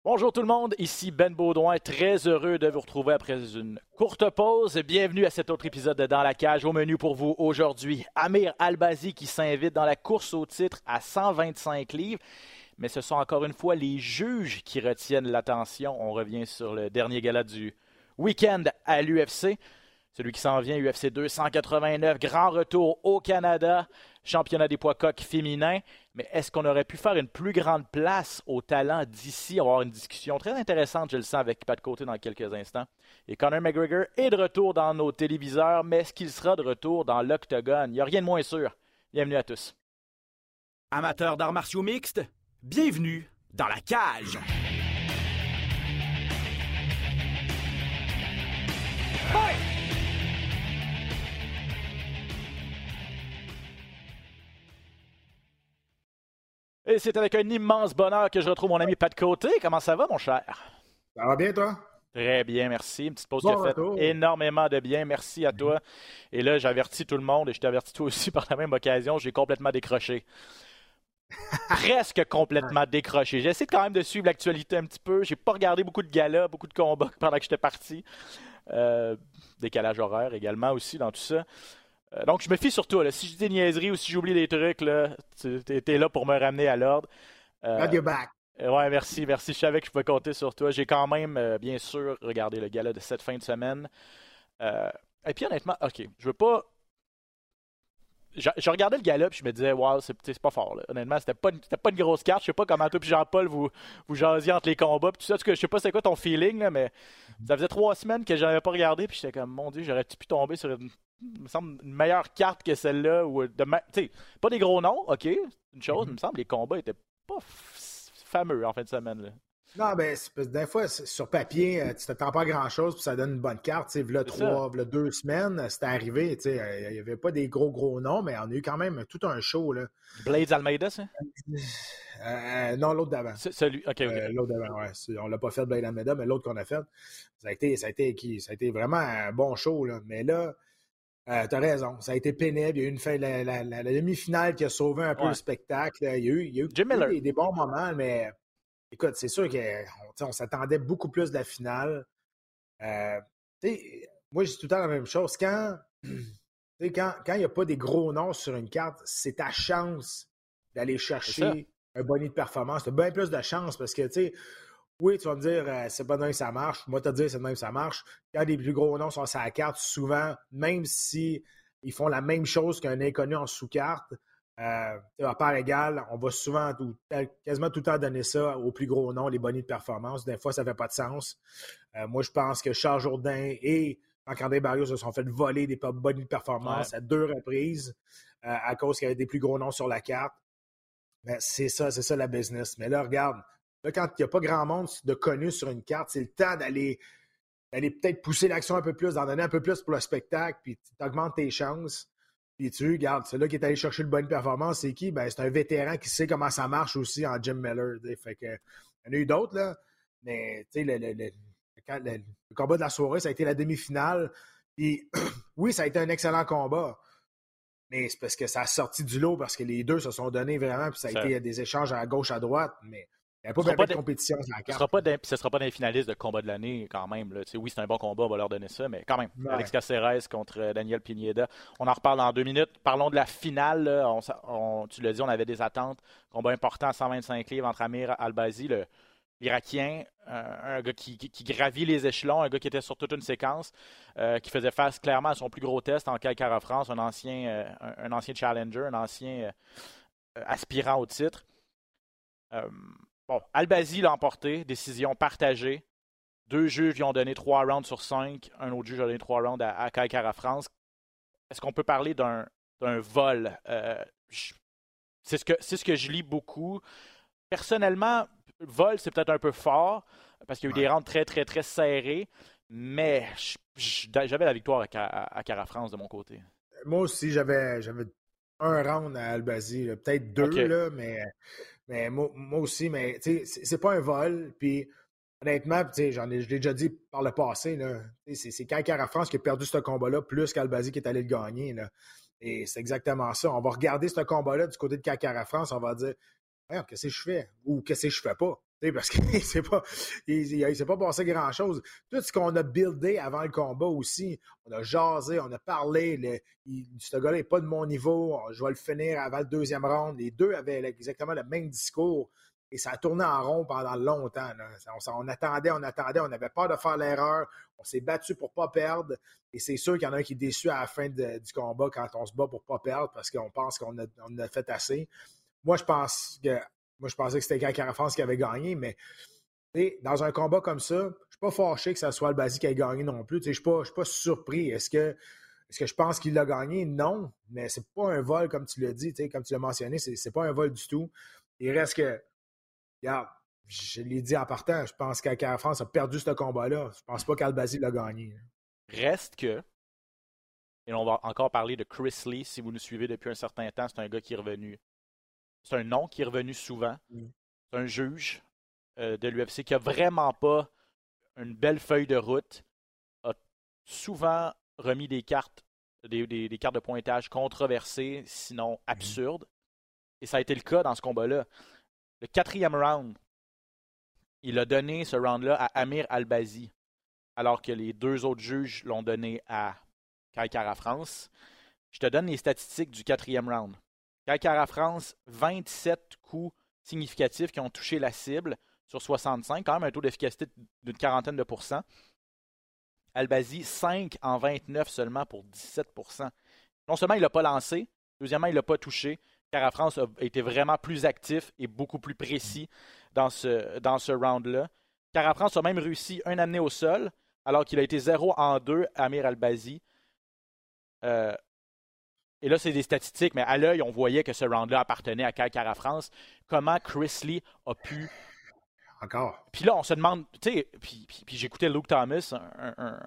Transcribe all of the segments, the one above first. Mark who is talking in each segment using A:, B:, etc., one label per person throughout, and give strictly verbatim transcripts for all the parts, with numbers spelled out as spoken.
A: Bonjour tout le monde, ici Ben Baudouin, très heureux de vous retrouver après une courte pause. Bienvenue à cet autre épisode de Dans la cage. Au menu pour vous aujourd'hui, Amir Albazi qui s'invite dans la course au titre à cent vingt-cinq livres. Mais ce sont encore une fois les juges qui retiennent l'attention. On revient sur le dernier gala du week-end à l'U F C. Celui qui s'en vient, U F C deux cent quatre-vingt-neuf, grand retour au Canada, championnat des poids coqs féminins. Mais est-ce qu'on aurait pu faire une plus grande place au talent d'ici? On va avoir une discussion très intéressante, je le sens, avec Pat Côté dans quelques instants. Et Conor McGregor est de retour dans nos téléviseurs, mais est-ce qu'il sera de retour dans l'octogone? Il n'y a rien de moins sûr. Bienvenue à tous.
B: Amateurs d'arts martiaux mixtes, bienvenue dans la cage.
A: Et c'est avec un immense bonheur que je retrouve mon ami Pat Côté. Comment ça va, mon cher?
C: Ça va bien, toi?
A: Très bien, merci. Une petite pause
C: Bon
A: qui a fait
C: retour.
A: énormément de bien. Merci à toi. Et là, j'avertis tout le monde et je t'avertis toi aussi par la même occasion. J'ai complètement décroché. Presque complètement décroché. J'ai essayé quand même de suivre l'actualité un petit peu. J'ai pas regardé beaucoup de galas, beaucoup de combats pendant que j'étais parti. Euh, décalage horaire également aussi dans tout ça. Euh, donc, je me fie sur toi. Là. Si je dis des niaiseries ou si j'oublie des trucs, là, tu es là pour me ramener à l'ordre. Euh,
C: Glad you're back.
A: ouais, merci, merci. Je savais que je pouvais compter sur toi. J'ai quand même, euh, bien sûr, regardé le gala de cette fin de semaine. Euh, et puis, honnêtement, OK, je veux pas... Je, je regardais le gala puis je me disais, wow, c'est, c'est pas fort. Là. Honnêtement, c'était pas, une, c'était pas une grosse carte. Je sais pas comment toi et Jean-Paul vous, vous jasiez entre les combats. Puis tout ça, en tout cas, je sais pas c'est quoi ton feeling, là, mais ça faisait trois semaines que j'avais pas regardé. Puis j'étais comme, mon Dieu, j'aurais-tu pu tomber sur une, il me semble, une meilleure carte que celle-là. Ou de ma... Tu sais, pas des gros noms, OK, c'est une chose. Il me semble les combats étaient pas f- fameux en fin de semaine. Là.
C: Non, ben, c'est parce que des fois, c'est- sur papier, euh, tu t'attends pas à grand-chose, puis ça donne une bonne carte. Tu sais, v'là
A: C'est
C: trois, v'là deux semaines, euh, c'était arrivé. Tu sais, euh, il n'y avait pas des gros, gros noms, mais on a eu quand même tout un show, là.
A: Blades Almeida, ça?
C: Euh, non, l'autre d'avant.
A: C'est celui, OK, OK.
C: Euh, l'autre d'avant, ouais. C'est- On l'a pas fait Blade Almeida, mais l'autre qu'on a fait, ça a été, ça a été, qui- ça a été vraiment un bon show, là. Mais là, euh, t'as raison, ça a été pénible. Il y a eu une fin, la, la- la- la demi-finale qui a sauvé un peu
A: Ouais.
C: le spectacle. Il y a eu, il y a eu
A: Jim Miller.
C: des, des bons moments, mais écoute, c'est sûr qu'on on s'attendait beaucoup plus de la finale. Euh, tu sais, moi, je dis tout le temps la même chose. Quand tu sais, quand quand il n'y a pas des gros noms sur une carte, c'est ta chance d'aller
A: C'est ça.
C: chercher un bonnet de performance. Tu as bien plus de chance parce que, tu sais, oui, tu vas me dire, euh, c'est pas de même que ça marche. Moi, te dire, c'est de même que ça marche. Quand les plus gros noms sont sur la carte, souvent, même si ils font la même chose qu'un inconnu en sous-carte, euh, à part égale, on va souvent, tout- quasiment tout le temps donner ça aux plus gros noms, les bonnets de performance. Des fois, ça ne fait pas de sens. Euh, moi, je pense que Charles Jourdain et Marc-André Barrios se sont fait voler des pe- bonnets de performance
A: Ouais.
C: à deux reprises euh, à cause qu'il y avait des plus gros noms sur la carte. Mais c'est ça, c'est ça la business. Mais là, regarde, là, quand il n'y a pas grand monde de connu sur une carte, c'est le temps d'aller, d'aller peut-être pousser l'action un peu plus, d'en donner un peu plus pour le spectacle, puis tu augmentes tes chances. Puis tu regardes, celui-là qui est allé chercher le bonne performance, c'est qui? Ben, c'est un vétéran qui sait comment ça marche aussi en Jim Miller. T'sais. Fait que, il y en a eu d'autres, là. Mais tu sais, le, le, le, quand le- le combat de la soirée, ça a été la demi-finale. Puis oui, ça a été un excellent combat. Mais c'est parce que ça a sorti du lot, parce que les deux se sont donnés vraiment, puis ça a
A: Ça-
C: été des échanges à gauche, à droite, mais il n'y avait
A: Ce
C: pas
A: sera
C: bien
A: pas
C: de
A: des-
C: compétition sur la
A: Ce
C: carte.
A: sera pas d'un- ce sera pas d'un finaliste de combat de l'année quand même. Là. Tu sais, oui, c'est un bon combat, on va leur donner ça, mais quand même.
C: Ouais.
A: Alex Caceres contre euh, Daniel Pineda. On en reparle dans deux minutes. Parlons de la finale. Là. On s'a- on- tu l'as dit, on avait des attentes. Combat important à cent vingt-cinq livres entre Amir Albazi, le, l'Irakien, euh, un gars qui, qui- qui gravit les échelons, un gars qui était sur toute une séquence, euh, qui faisait face clairement à son plus gros test en Kara France, un ancien, euh, un, un ancien challenger, un ancien euh, aspirant au titre. Euh, bon, Albazi l'a emporté, décision partagée. Deux juges lui ont donné trois rounds sur cinq. Un autre juge a donné trois rounds à, à Kai Kara France. Est-ce qu'on peut parler d'un, d'un vol? Euh, je- c'est, ce que, c'est ce que je lis beaucoup. Personnellement, vol, c'est peut-être un peu fort parce qu'il y a eu
C: Ouais.
A: des rounds très, très, très serrés. Mais je- je- j'avais la victoire à, Ka- à, à Kara France de mon côté.
C: Moi aussi, j'avais, j'avais un round à Albazi, là, peut-être deux,
A: Ok.
C: là, mais, mais moi, moi aussi, mais tu sais, c'est, c'est pas un vol, puis honnêtement, tu sais, j'en ai, je l'ai déjà dit par le passé, là, tu sais, c'est, c'est Kai Kara France qui a perdu ce combat-là, plus qu'Albazi qui est allé le gagner, là. Et c'est exactement ça. On va regarder ce combat-là du côté de Kai Kara France, on va dire, voyons, qu'est-ce que je fais? Ou qu'est-ce que je fais pas? Parce qu'il ne s'est pas, il, il, il s'est pas passé grand-chose. Tout ce qu'on a buildé avant le combat aussi, on a jasé, on a parlé. Le, il, ce gars-là n'est pas de mon niveau. Je vais le finir avant le deuxième round. Les deux avaient exactement le même discours. Et ça a tourné en rond pendant longtemps. On, on attendait, on attendait. On avait peur de faire l'erreur. On s'est battu pour ne pas perdre. Et c'est sûr qu'il y en a un qui est déçu à la fin de, du combat quand on se bat pour ne pas perdre parce qu'on pense qu'on a, on a fait assez. Moi, je pense que Moi, je pensais que c'était Kai Kara-France qui avait gagné, mais dans un combat comme ça, je ne suis pas fâché que ce soit Albazi qui ait gagné non plus. Je ne suis pas, pas surpris. Est-ce que, est-ce que je pense qu'il l'a gagné? Non, mais c'est pas un vol comme tu l'as dit, comme tu l'as mentionné, c'est, c'est pas un vol du tout. Il reste que, regarde, je l'ai dit en partant, je pense que Kai Kara-France a perdu ce combat-là. Je pense pas qu'Albazi l'a gagné.
A: Reste que, et on va encore parler de Chris Lee, si vous nous suivez depuis un certain temps, c'est un gars qui est revenu. C'est un nom qui est revenu souvent. C'est un juge euh, de l'U F C qui n'a vraiment pas une belle feuille de route. A souvent remis des cartes, des, des, des cartes de pointage controversées, sinon absurdes. Et ça a été le cas dans ce combat-là. Le quatrième round, il a donné ce round-là à Amir Albazi, alors que les deux autres juges l'ont donné à Kai Kara-France. Je te donne les statistiques du quatrième round. Kai Kara-France, vingt-sept coups significatifs qui ont touché la cible sur soixante-cinq, quand même un taux d'efficacité d'une quarantaine de pourcents. Albazi, cinq en vingt-neuf seulement pour dix-sept pour cent. Non seulement il n'a pas lancé, deuxièmement, il n'a pas touché. Kara-France a été vraiment plus actif et beaucoup plus précis dans ce, dans ce round-là. Kara-France a même réussi un amené au sol, alors qu'il a été zéro en deux à Amir Albazi. Euh, Et là, c'est des statistiques, mais à l'œil, on voyait que ce round-là appartenait à Kai Kara-France. Comment Chris Lee a pu...
C: Encore.
A: Puis là, on se demande... Tu sais, puis, puis, puis j'écoutais Luke Thomas, un, un,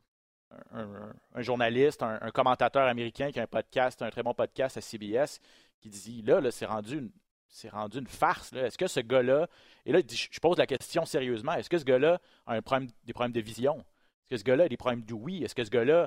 A: un, un, un journaliste, un, un commentateur américain qui a un podcast, un très bon podcast à C B S, qui dit, là, là c'est rendu une, c'est rendu une farce. Là. Est-ce que ce gars-là... Et là, je pose la question sérieusement. Est-ce que ce gars-là a un problème, des problèmes de vision? Est-ce que ce gars-là a des problèmes d'ouïe? Est-ce que ce gars-là...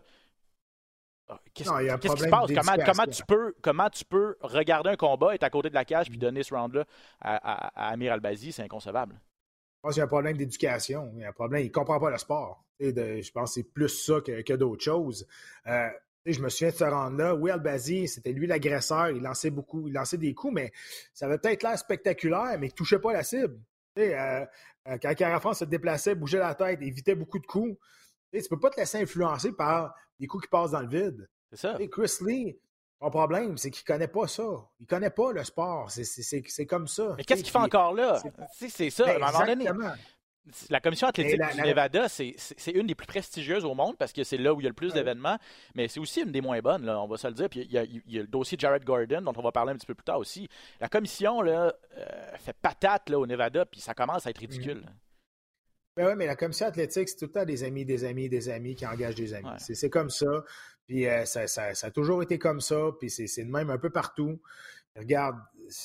A: Qu'est-ce,
C: non,
A: qu'est-ce qui se passe? Comment, comment, tu peux, comment tu peux regarder un combat, être à côté de la cage puis donner ce round-là à, à, à Amir Albazi? C'est inconcevable.
C: Je pense qu'il y a un problème d'éducation. Il y a un problème. Il ne comprend pas le sport. De, je pense que c'est plus ça que, que d'autres choses. Euh, je me souviens de ce round-là. Oui, Albazi, c'était lui l'agresseur. Il lançait beaucoup, il lançait des coups, mais ça avait peut-être l'air spectaculaire, mais il ne touchait pas la cible. Euh, quand Kara-France se déplaçait, bougeait la tête, évitait beaucoup de coups. Tu ne peux pas te laisser influencer par des coups qui passent dans le vide.
A: C'est ça.
C: Et Chris Lee, son problème, c'est qu'il ne connaît pas ça. Il ne connaît pas le sport. C'est, c'est, c'est, c'est comme ça.
A: Mais qu'est-ce qu'il fait encore là? C'est, c'est ça.
C: Ben,
A: à un moment donné,
C: exactement.
A: la commission athlétique
C: la,
A: du
C: la...
A: Nevada, c'est, c'est, c'est une des plus prestigieuses au monde parce que c'est là où il y a le plus ouais. d'événements, mais c'est aussi une des moins bonnes, là, on va se le dire. Puis il y, a, il y a le dossier Jared Gordon, dont on va parler un petit peu plus tard aussi. La commission là, euh, fait patate là, au Nevada, puis ça commence à être ridicule. Mm-hmm.
C: Ben oui, mais la commission athlétique, c'est tout le temps des amis, des amis, des amis qui engagent des amis. Ouais. C'est, c'est comme ça. Puis euh, ça, ça, ça a toujours été comme ça. Puis c'est, c'est de même un peu partout. Regarde,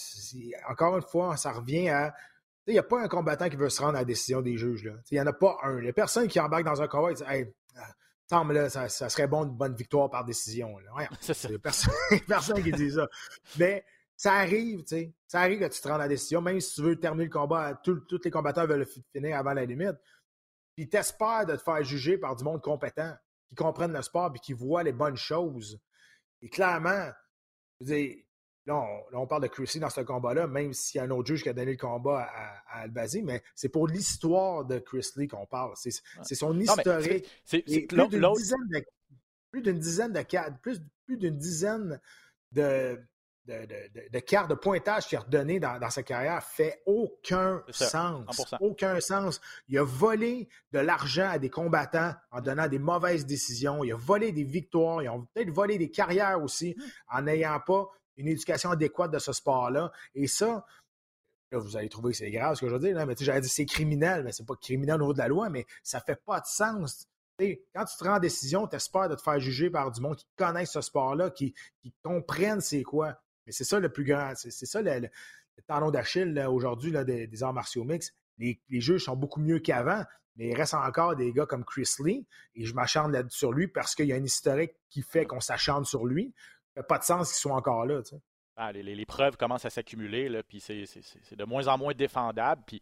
C: encore une fois, ça revient à... Il n'y a pas un combattant qui veut se rendre à la décision des juges. Il n'y en a pas un. Il n'y a personne qui embarque dans un combat et dit hey, semble là, ça, ça serait bon une bonne victoire par décision. Là. Ouais, c'est ça. Il n'y a personne, personne qui dit ça. Mais ça arrive, tu sais. Ça arrive que tu te rends à la décision, même si tu veux terminer le combat, tous les combattants veulent le finir avant la limite. Puis t'espères de te faire juger par du monde compétent, qui comprennent le sport et qui voient les bonnes choses. Et clairement, je veux dire, là, on, là, on parle de Chris Lee dans ce combat-là, même s'il y a un autre juge qui a donné le combat à, à Albazi, mais c'est pour l'histoire de Chris Lee qu'on parle. C'est, c'est son historique. C'est, c'est, c'est, plus, d'une dizaine de, plus d'une dizaine de cadres, plus, plus d'une dizaine de... De, de, de, de cartes de pointage qu'il a redonné dans, dans sa carrière fait aucun sens. cent pour cent. Aucun sens. Il a volé de l'argent à des combattants en donnant des mauvaises décisions. Il a volé des victoires. Il a peut-être volé des carrières aussi en n'ayant pas une éducation adéquate de ce sport-là. Et ça, là, vous allez trouver que c'est grave ce que je veux dire, là, mais j'allais dire c'est criminel, mais c'est pas criminel au niveau de la loi, mais ça fait pas de sens. T'sais, quand tu te rends en décision, tu espères de te faire juger par du monde qui connaît ce sport-là, qui, qui comprennent c'est quoi. Mais c'est ça le plus grand, c'est, c'est ça le, le, le tendon d'Achille là, aujourd'hui là, des, des arts martiaux mixtes. Les, les juges sont beaucoup mieux qu'avant, mais il reste encore des gars comme Chris Lee, et je m'acharne là, sur lui parce qu'il y a une historique qui fait qu'on s'acharne sur lui. Ça n'a pas de sens qu'ils soient encore là.
A: Ah, les, les, les preuves commencent à s'accumuler, là, puis c'est, c'est, c'est de moins en moins défendable. Puis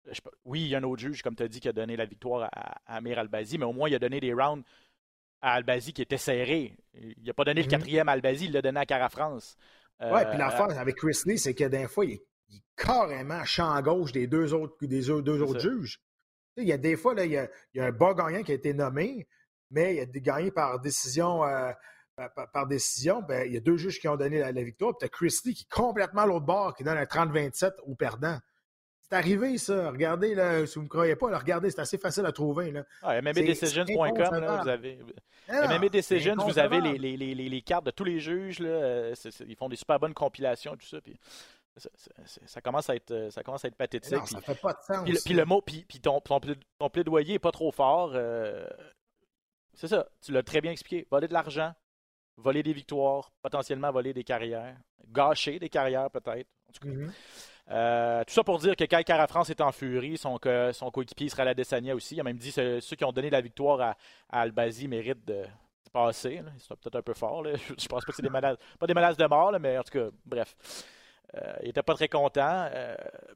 A: je, oui, il y a un autre juge, comme tu as dit, qui a donné la victoire à, à Amir Albazi, mais au moins, il a donné des rounds à Albazi qui étaient serrés. Il n'a pas donné le quatrième à Albazi, il l'a donné à Cara France.
C: Euh, oui, puis l'affaire avec Chris Lee, c'est que des fois, il est, il est carrément champ gauche des deux autres, des deux autres juges. Il y a des fois, là, il, y a, il y a un bas gagnant qui a été nommé, mais il a été gagné par décision. Euh, par, par décision, ben, il y a deux juges qui ont donné la, la victoire. Puis tu as Chris Lee qui est complètement à l'autre bord, qui donne un trente vingt-sept au perdant. C'est arrivé, ça. Regardez, là, si vous ne me croyez pas, là, regardez, c'est assez facile à trouver. Là.
A: Ah, M M A Decisions point com, là, vous avez. Non, M M A Decisions, vous avez les, les, les, les, les cartes de tous les juges. Là, c'est, c'est, ils font des super bonnes compilations et tout ça. Puis ça, ça, ça, commence à être, ça commence à être pathétique.
C: Non, ça fait pas de sens.
A: Puis, puis le mot, puis, puis ton, ton, ton plaidoyer n'est pas trop fort. Euh, c'est ça. Tu l'as très bien expliqué. Voler de l'argent, voler des victoires, potentiellement voler des carrières, gâcher des carrières peut-être. En tout cas. Mm-hmm. Euh, tout ça pour dire que quand Cara France est en furie, son, que, son coéquipier sera à la Adesanya aussi. Il a même dit que ceux qui ont donné la victoire à, à Albazi méritent de, de passer. Là. C'est peut-être un peu fort. Là. Je, je pense pas que c'est des menaces, pas des menaces de mort, là, mais en tout cas, bref. Euh, il était pas très content. Euh,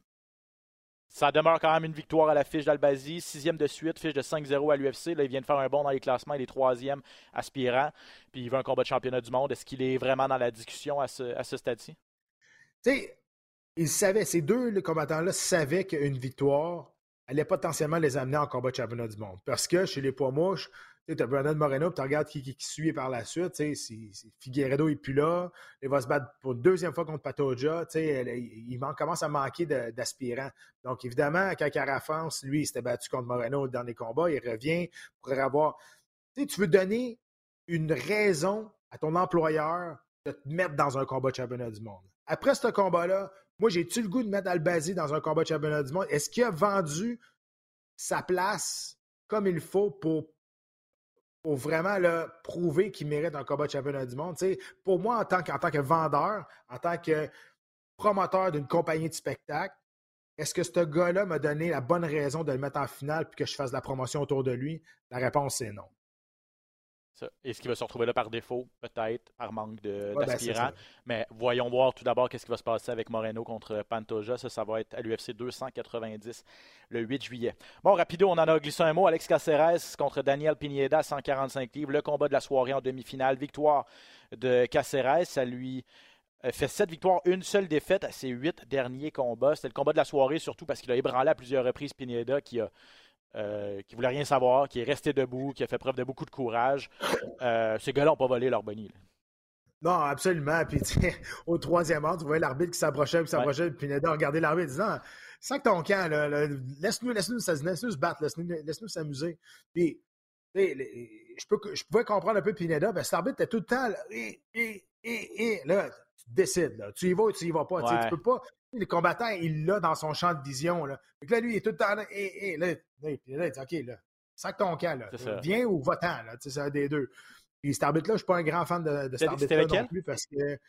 A: ça demeure quand même une victoire à la fiche d'Albazi. Sixième de suite, fiche de cinq zéro à l'U F C. Là, il vient de faire un bond dans les classements. Il est troisième aspirant. Puis il veut un combat de championnat du monde. Est-ce qu'il est vraiment dans la discussion à ce, à ce stade-ci?
C: Tu sais, ils savaient, ces deux les combattants-là savaient qu'une victoire allait potentiellement les amener en combat de championnat du monde. Parce que chez les poids mouches, tu as Brandon Moreno, puis tu regardes qui, qui, qui suit par la suite. Si, si Figueiredo n'est plus là, il va se battre pour une deuxième fois contre Patoja. Il, il man, commence à manquer de, d'aspirants. Donc, évidemment, quand Cara France, lui, il s'était battu contre Moreno dans les combats, il revient pour avoir. Tu veux donner une raison à ton employeur de te mettre dans un combat de championnat du monde. Après ce combat-là, moi, j'ai-tu le goût de mettre Albazi dans un combat de championnat du monde? Est-ce qu'il a vendu sa place comme il faut pour, pour vraiment là, prouver qu'il mérite un combat de championnat du monde? T'sais, pour moi, en tant, que, en tant que vendeur, en tant que promoteur d'une compagnie de spectacle, est-ce que ce gars-là m'a donné la bonne raison de le mettre en finale puis que je fasse de la promotion autour de lui? La réponse, c'est non.
A: Ça. Est-ce qu'il va se retrouver là par défaut, peut-être, par manque de, ouais, d'aspirants? Ben, mais voyons voir tout d'abord qu'est-ce qui va se passer avec Moreno contre Pantoja. Ça, ça va être à l'U F C deux cent quatre-vingt-dix le huit juillet. Bon, rapido, on en a glissé un mot. Alex Caceres contre Daniel Pineda à cent quarante-cinq livres. Le combat de la soirée en demi-finale. Victoire de Caceres. Ça lui fait sept victoires, une seule défaite à ses huit derniers combats. C'était le combat de la soirée, surtout parce qu'il a ébranlé à plusieurs reprises Pineda qui a Euh, qui ne voulait rien savoir, qui est resté debout, qui a fait preuve de beaucoup de courage. Euh, ces gars-là n'ont pas volé leur bonnie. Là.
C: Non, absolument. Puis, au troisième round, tu voyais l'arbitre qui s'approchait, qui s'approchait, ouais. Puis Pineda regardait l'arbitre disant « Sac ton camp, là, là, laisse-nous, laisse-nous, laisse-nous se battre, laisse-nous, laisse-nous s'amuser. » Puis, je, peux, je pouvais comprendre un peu Pineda, parce que l'arbitre était tout le temps là, et, et, et, et, là, tu décides, là, tu y vas ou tu y vas pas. Ouais. Tu peux pas. Les combattants, il l'a dans son champ de vision. Là. Donc là, lui, il est tout le temps là. Et, et, là, là, là, il dit OK, là, sac ton camp. Là. Viens ou va-t'en. Là. C'est un des deux. Puis cet arbitre-là, je ne suis pas un grand fan de, de cet arbitre-là non plus parce que. Euh,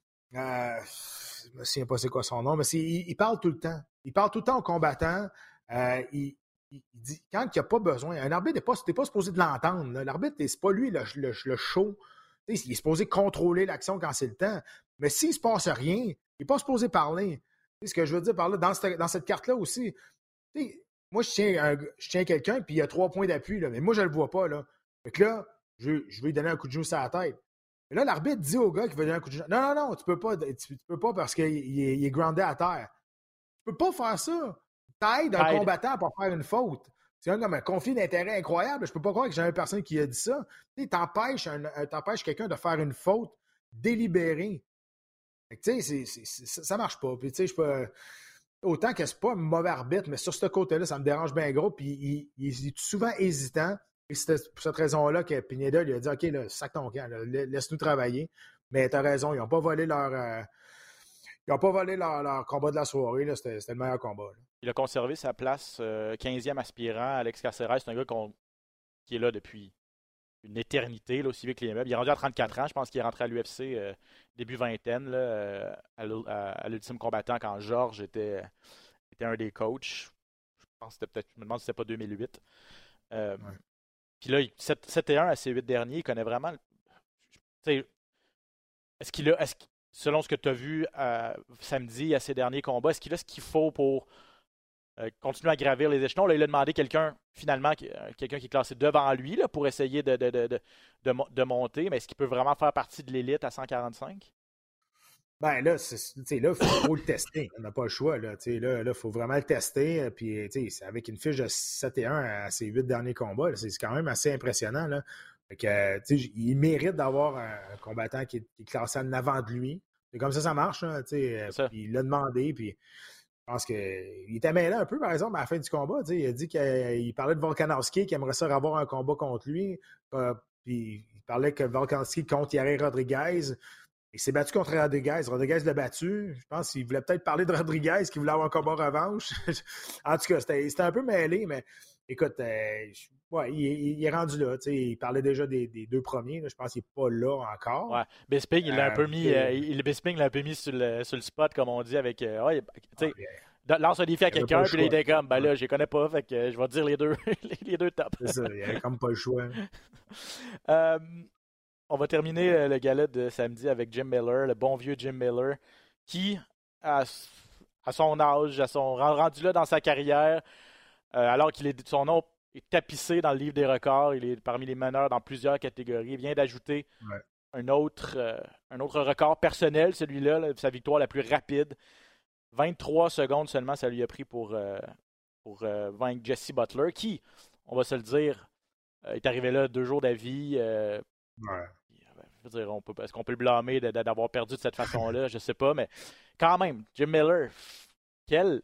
C: je ne me souviens pas c'est quoi son nom, mais c'est, il, il parle tout le temps. Il parle tout le temps aux combattants. Euh, il, il, il dit quand il n'y a pas besoin. Un arbitre n'est pas, t'es pas supposé de l'entendre. Là. L'arbitre, c'est pas lui le, le, le show. Il est supposé contrôler l'action quand c'est le temps. Mais s'il ne se passe rien, il n'est pas supposé parler. Ce que je veux dire par là, dans cette, dans cette carte-là aussi, moi, je tiens, un, je tiens quelqu'un, puis il y a trois points d'appui, là, mais moi, je ne le vois pas. Là. Fait que là, je, je vais lui donner un coup de genou sur la tête. Et là, l'arbitre dit au gars qu'il veut donner un coup de genou. Non, non, non, tu peux pas, tu, tu peux pas parce qu'il est, il est groundé à terre. Tu peux pas faire ça. T'aides un combattant pour faire une faute. C'est un, comme un conflit d'intérêt incroyable. Je peux pas croire que j'ai une personne qui a dit ça. Tu t'empêches, un, t'empêches quelqu'un de faire une faute délibérée. Tu sais, ça marche pas. Puis, tu sais, je peux. Autant que c'est pas un mauvais arbitre, mais sur ce côté-là, ça me dérange bien gros. Puis, il, il, il est souvent hésitant. Et c'était pour cette raison-là que Pineda lui a dit OK, là, sac ton camp, là, laisse-nous travailler. Mais tu as raison, ils n'ont pas volé leur. Euh, ils n'ont pas volé leur, leur combat de la soirée. Là, c'était, c'était le meilleur combat. Là.
A: Il a conservé sa place euh, quinzième aspirant. Alex Caceres, c'est un gars qu'on, qui est là depuis une éternité, là, aussi vieux que les meubles. Il est rendu à trente-quatre ans. Je pense qu'il est rentré à l'U F C euh, début vingtaine, là, euh, à, à l'ultime combattant quand Georges était, était un des coachs. Je pense que c'était peut-être, je me demande si c'était pas deux mille huit. Euh, ouais. Puis là, sept et un à ses huit derniers, il connaît vraiment. Est-ce qu'il a, est-ce, selon ce que tu as vu euh, samedi à ses derniers combats, est-ce qu'il a ce qu'il faut pour euh, continue à gravir les échelons. Là, il a demandé quelqu'un, finalement, euh, quelqu'un qui est classé devant lui là, pour essayer de, de, de, de, de, de monter. Mais est-ce qu'il peut vraiment faire partie de l'élite à cent quarante-cinq?
C: Ben là, il faut, faut le tester. On n'a pas le choix. Là, là, il faut vraiment le tester. Puis, avec une fiche de sept et un à ses huit derniers combats, c'est quand même assez impressionnant. Là. Fait que, il mérite d'avoir un, un combattant qui est, qui est classé en avant de lui. C'est comme ça ça marche. Là, ça. Il l'a demandé. Puis, je pense qu'il était mêlé un peu, par exemple, à la fin du combat. Il a dit qu'il parlait de Volkanovski, qu'il aimerait ça avoir un combat contre lui. Euh, puis, il parlait que Volkanovski contre Yair Rodriguez. Il s'est battu contre Rodriguez. Rodriguez l'a battu. Je pense qu'il voulait peut-être parler de Rodriguez, qu'il voulait avoir un combat revanche. En tout cas, c'était, c'était un peu mêlé, mais écoute, euh, ouais, il, il est rendu là. Il parlait déjà des, des deux premiers. Là. Je pense qu'il n'est pas là encore.
A: Ouais. Bisping, il l'a un peu mis, euh, il, Bisping l'a un peu mis sur le, sur le spot, comme on dit, avec. Euh, ouais, okay. Lance un défi à quelqu'un, puis là, il était comme, ben là, je les connais pas, fait que je vais te dire les deux, les deux tops.
C: C'est ça, il n'y avait comme pas le choix.
A: euh, On va terminer le gala de samedi avec Jim Miller, le bon vieux Jim Miller, qui, à, à son âge, à son rendu là dans sa carrière, euh, alors qu'il est son nom est tapissé dans le livre des records, il est parmi les meneurs dans plusieurs catégories, il vient d'ajouter
C: ouais.
A: un autre, euh, un autre record personnel, celui-là, là, sa victoire la plus rapide. vingt-trois secondes seulement, ça lui a pris pour, euh, pour euh, vaincre Jesse Butler, qui, on va se le dire, euh, est arrivé là deux jours d'avis. Euh,
C: ouais.
A: Je veux dire, on peut, est-ce qu'on peut le blâmer de, de, d'avoir perdu de cette façon-là? Je sais pas, mais quand même, Jim Miller, quel,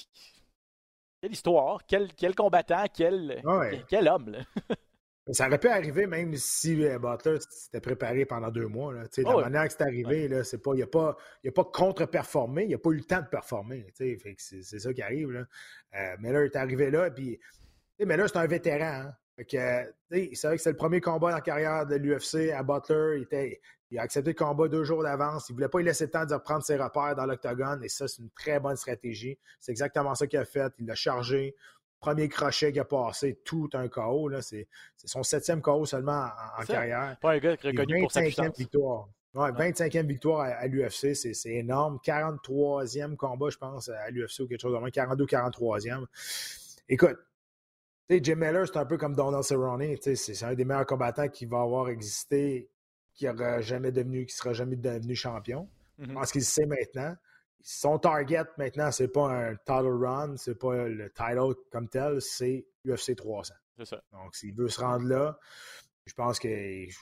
A: quelle histoire, quel, quel combattant, quel,
C: ouais.
A: quel, quel homme. Là.
C: Ça aurait pu arriver même si euh, Butler s'était préparé pendant deux mois. Là. De oh, la ouais. manière que c'est arrivé, ouais. c'est pas, il n'a pas, pas contre-performé, il n'a pas eu le temps de performer. Fait que c'est, c'est ça qui arrive. Là. Euh, Miller est arrivé là, puis Miller, c'est un vétéran. Hein? Fait que, c'est vrai que c'est le premier combat dans la carrière de l'U F C à Butler. Il, était, il a accepté le combat deux jours d'avance. Il ne voulait pas y laisser le temps de reprendre ses repères dans l'octogone. Et ça, c'est une très bonne stratégie. C'est exactement ça qu'il a fait. Il l'a chargé. Premier crochet qui a passé, tout un K O. Là. C'est, c'est son septième K O seulement en, en carrière.
A: Pas un gars reconnu pour sa puissance.
C: Victoire. Ouais, vingt-cinquième victoire à, à l'U F C, c'est, c'est énorme. quarante-troisième combat, je pense, à l'U F C ou quelque chose de moins. quarante-deux quarante-troisième. Écoute, T'sais, Jim Miller, c'est un peu comme Donald Cerrone. C'est, c'est un des meilleurs combattants qui va avoir existé, qui n'aura jamais devenu, qui sera jamais devenu champion. Mm-hmm. Je pense qu'il sait maintenant. Son target maintenant, c'est pas un title run, c'est pas le title comme tel, c'est U F C trois cents.
A: C'est ça.
C: Donc, s'il veut se rendre là, je pense que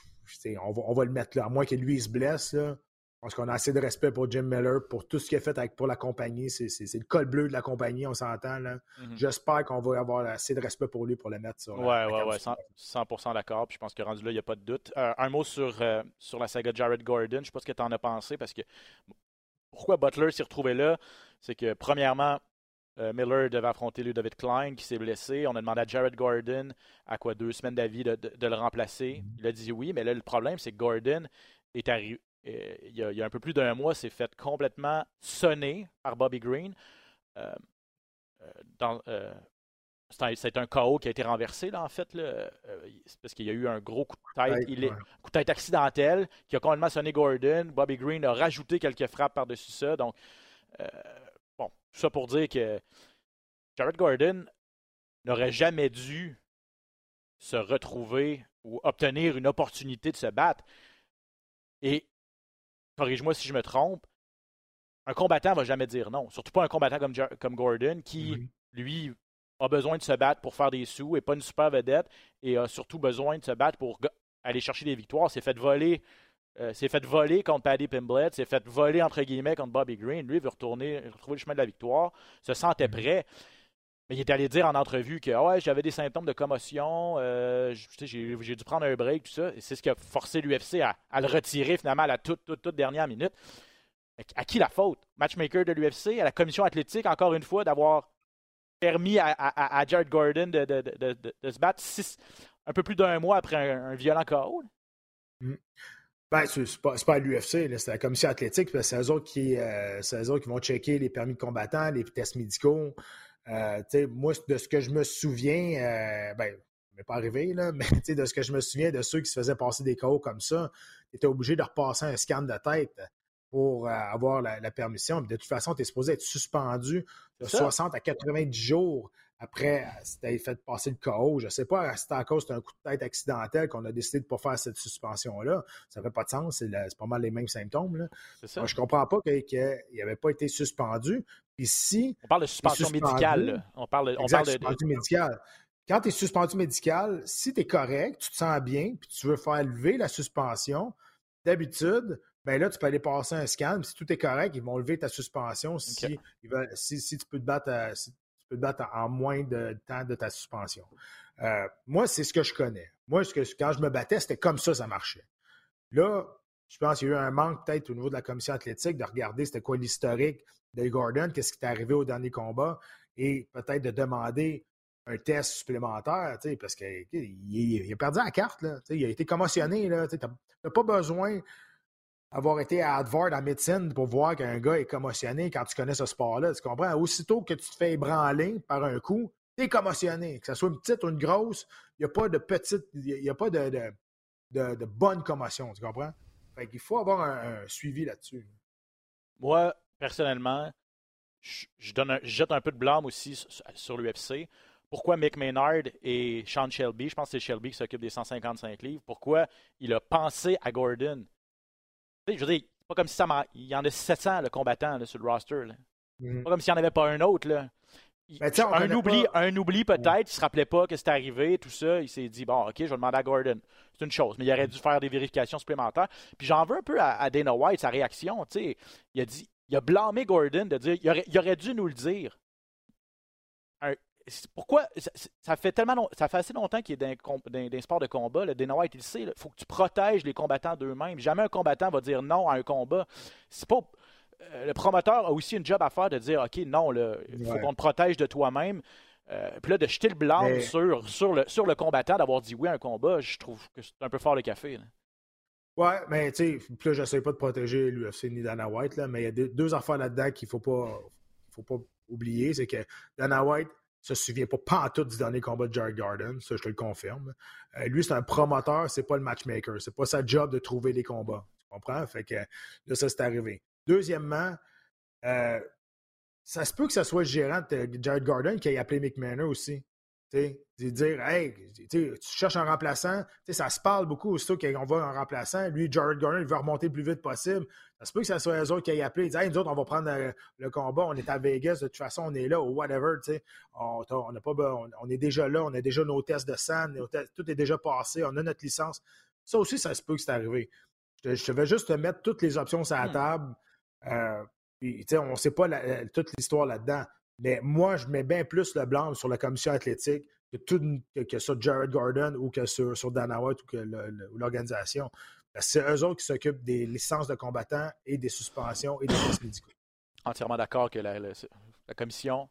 C: on va, on va le mettre là. À moins que lui il se blesse, là. Je pense qu'on a assez de respect pour Jim Miller, pour tout ce qu'il a fait avec, pour la compagnie. C'est, c'est, c'est le col bleu de la compagnie, on s'entend. Là. Mm-hmm. J'espère qu'on va avoir assez de respect pour lui pour le mettre sur
A: ouais, la, la ouais, ouais, cent pour cent d'accord. Puis je pense que rendu là, il n'y a pas de doute. Euh, un mot sur, euh, sur la saga Jared Gordon. Je ne sais pas ce que tu en as pensé, parce que pourquoi Butler s'est retrouvé là, c'est que premièrement, euh, Miller devait affronter Ludovic Klein qui s'est blessé. On a demandé à Jared Gordon, à quoi, deux semaines d'avis, de, de, de le remplacer. Mm-hmm. Il a dit oui, mais là, le problème, c'est que Gordon est arrivé. Euh, il, y a, il y a un peu plus d'un mois, s'est fait complètement sonner par Bobby Green. Euh, euh, dans, euh, c'est, un, c'est un K O qui a été renversé, là, en fait. Là. Euh, c'est parce qu'il y a eu un gros coup de tête, il est, ouais. coup de tête accidentel qui a complètement sonné Gordon. Bobby Green a rajouté quelques frappes par-dessus ça. Donc, euh, bon, tout ça pour dire que Jared Gordon n'aurait jamais dû se retrouver ou obtenir une opportunité de se battre. Et corrige-moi si je me trompe, un combattant ne va jamais dire non. Surtout pas un combattant comme, comme Gordon qui, mm-hmm. lui, a besoin de se battre pour faire des sous et pas une super vedette et a surtout besoin de se battre pour aller chercher des victoires. C'est fait voler, euh, c'est fait voler contre Paddy Pimblett, c'est fait voler entre guillemets contre Bobby Green. Lui, il veut retourner, retrouver le chemin de la victoire, se sentait mm-hmm. prêt. Mais il est allé dire en entrevue que ouais, j'avais des symptômes de commotion, euh, j'ai, j'ai dû prendre un break, tout ça. Et c'est ce qui a forcé l'U F C à, à le retirer finalement à la toute, toute, toute dernière minute. À qui la faute? Matchmaker de l'U F C, à la commission athlétique, encore une fois, d'avoir permis à, à, à Jared Gordon de, de, de, de, de se battre six, un peu plus d'un mois après un, un violent K O.
C: Mm. Ben, c'est, c'est, pas, c'est pas à l'U F C, là, c'est la commission athlétique, parce que c'est eux autres qui, euh, c'est eux autres qui vont checker les permis de combattants, les tests médicaux. Euh, moi, de ce que je me souviens, euh, ben, ça m'est pas arrivé, là, mais de ce que je me souviens de ceux qui se faisaient passer des K O comme ça, tu étais obligé de repasser un scan de tête pour euh, avoir la, la permission. Puis de toute façon, tu es supposé être suspendu de
A: C'est ça.
C: soixante à quatre-vingt-dix jours après si tu avais fait passer le K O. Je ne sais pas si c'était à cause d'un coup de tête accidentel qu'on a décidé de ne pas faire cette suspension-là. Ça ne fait pas de sens. C'est, la, c'est pas mal les mêmes symptômes. Là.
A: C'est ça.
C: Moi, je ne comprends pas qu'il n'avait pas été suspendu. Puis si
A: On parle de suspension
C: suspendu,
A: médicale. Là. On parle, on
C: exact,
A: parle de,
C: suspendu
A: de...
C: médical. Quand tu es suspendu médical, si tu es correct, tu te sens bien, puis tu veux faire lever la suspension, d'habitude, ben là, tu peux aller passer un scan. Puis si tout est correct, ils vont lever ta suspension si,
A: Okay.
C: ils veulent, si, si tu peux te battre, à, si tu peux te battre en moins de temps de ta suspension. Euh, moi, c'est ce que je connais. Moi, ce que, quand je me battais, c'était comme ça, ça marchait. Là, je pense qu'il y a eu un manque peut-être au niveau de la commission athlétique de regarder c'était quoi l'historique de Gordon, qu'est-ce qui est arrivé au dernier combat, et peut-être de demander un test supplémentaire, parce qu'il il a perdu la carte. Là, il a été commotionné. Tu n'as pas besoin d'avoir été à Harvard en médecine pour voir qu'un gars est commotionné quand tu connais ce sport-là. Tu comprends? Aussitôt que tu te fais ébranler par un coup, tu es commotionné. Que ce soit une petite ou une grosse, il n'y a pas de petite, il n'y a pas de, de, de, de bonne commotion. Tu comprends? Fait qu'il faut avoir un, un suivi là-dessus.
A: Moi, personnellement, je, je, donne un, je jette un peu de blâme aussi sur, sur l'U F C. Pourquoi Mick Maynard et Sean Shelby, je pense que c'est Shelby qui s'occupe des cent cinquante-cinq livres, pourquoi il a pensé à Gordon? Tu sais, je veux dire, c'est pas comme si ça m'en... Il y en a sept cents le combattant là, sur le roster. Là. Mm-hmm. Pas comme s'il n'y en avait pas un autre. Là. Ben, un, oubli, pas... un oubli peut-être, ouais. Il ne se rappelait pas que c'était arrivé, tout ça. Il s'est dit, bon, OK, je vais demander à Gordon. C'est une chose, mais il aurait dû faire des vérifications supplémentaires. Puis j'en veux un peu à, à Dana White, sa réaction. Tu sais, il a dit, il a blâmé Gordon de dire, il aurait, il aurait dû nous le dire. Un, pourquoi ça, ça fait tellement long, ça fait assez longtemps qu'il est dans, dans, dans un sport de combat. Là, Dana White, il le sait. Il faut que tu protèges les combattants d'eux-mêmes. Jamais un combattant va dire non à un combat. C'est pas. Euh, le promoteur a aussi une job à faire de dire OK, non, il faut ouais. qu'on te protège de toi-même. Euh, puis là, de jeter le blâme Mais... sur, sur, le, sur le combattant d'avoir dit oui à un combat, je trouve que c'est un peu fort le café. Là.
C: Ouais, mais tu sais, là, j'essaie pas de protéger l'U F C ni Dana White, là, mais il y a deux, deux affaires là-dedans qu'il faut pas, faut pas oublier. C'est que Dana White se souvient pas pantoute du dernier combat de Jared Gordon, ça je te le confirme. Euh, lui, c'est un promoteur, c'est pas le matchmaker. C'est pas sa job de trouver les combats. Tu comprends? Fait que là, ça, c'est arrivé. Deuxièmement, euh, ça se peut que ce soit le gérant de Jared Gordon qui ait appelé Mick Maynard aussi. T'sais, dire, hey, tu cherches un remplaçant, ça se parle beaucoup aussitôt qu'on va un remplaçant. Lui, Jared Gordon, il veut remonter le plus vite possible. Ça se peut que ce soit eux autres qui aient appelé. Ils disent, hey, nous autres, on va prendre le, le combat, on est à Vegas, de toute façon, on est là, ou whatever. On, on, a pas, on, on est déjà là, on a déjà nos tests de sang, tests, tout est déjà passé, on a notre licence. Ça aussi, ça se peut que c'est arrivé. Je, je vais juste te mettre toutes les options sur la table. Euh, puis, on ne sait pas la, la, toute l'histoire là-dedans. Mais moi, je mets bien plus le blâme sur la commission athlétique que, tout, que, que sur Jared Gordon ou que sur, sur Dana White ou que le, le, l'organisation. Parce que c'est eux autres qui s'occupent des licences de combattants et des suspensions et des tests médicaux.
A: Entièrement d'accord que la, la, la commission,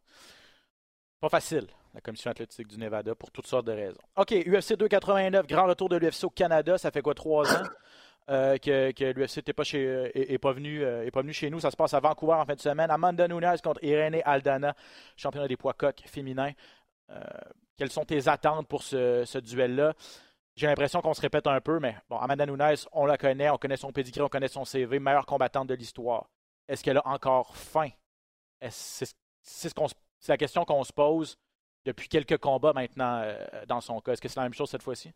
A: pas facile, la commission athlétique du Nevada, pour toutes sortes de raisons. OK, U F C deux quatre-vingt-neuf, grand retour de l'U F C au Canada. Ça fait quoi, trois ans? Euh, que, que l'U F C n'est pas, euh, pas, euh, pas venu chez nous. Ça se passe à Vancouver en fin de semaine. Amanda Nunes contre Irene Aldana, championnat des poids coqs féminins. Euh, quelles sont tes attentes pour ce, ce duel-là? J'ai l'impression qu'on se répète un peu, mais bon, Amanda Nunes, on la connaît, on connaît son pedigree, on connaît son C V, meilleure combattante de l'histoire. Est-ce qu'elle a encore faim? Est-ce, c'est, c'est, ce qu'on, c'est la question qu'on se pose depuis quelques combats maintenant euh, dans son cas. Est-ce que c'est la même chose cette fois-ci?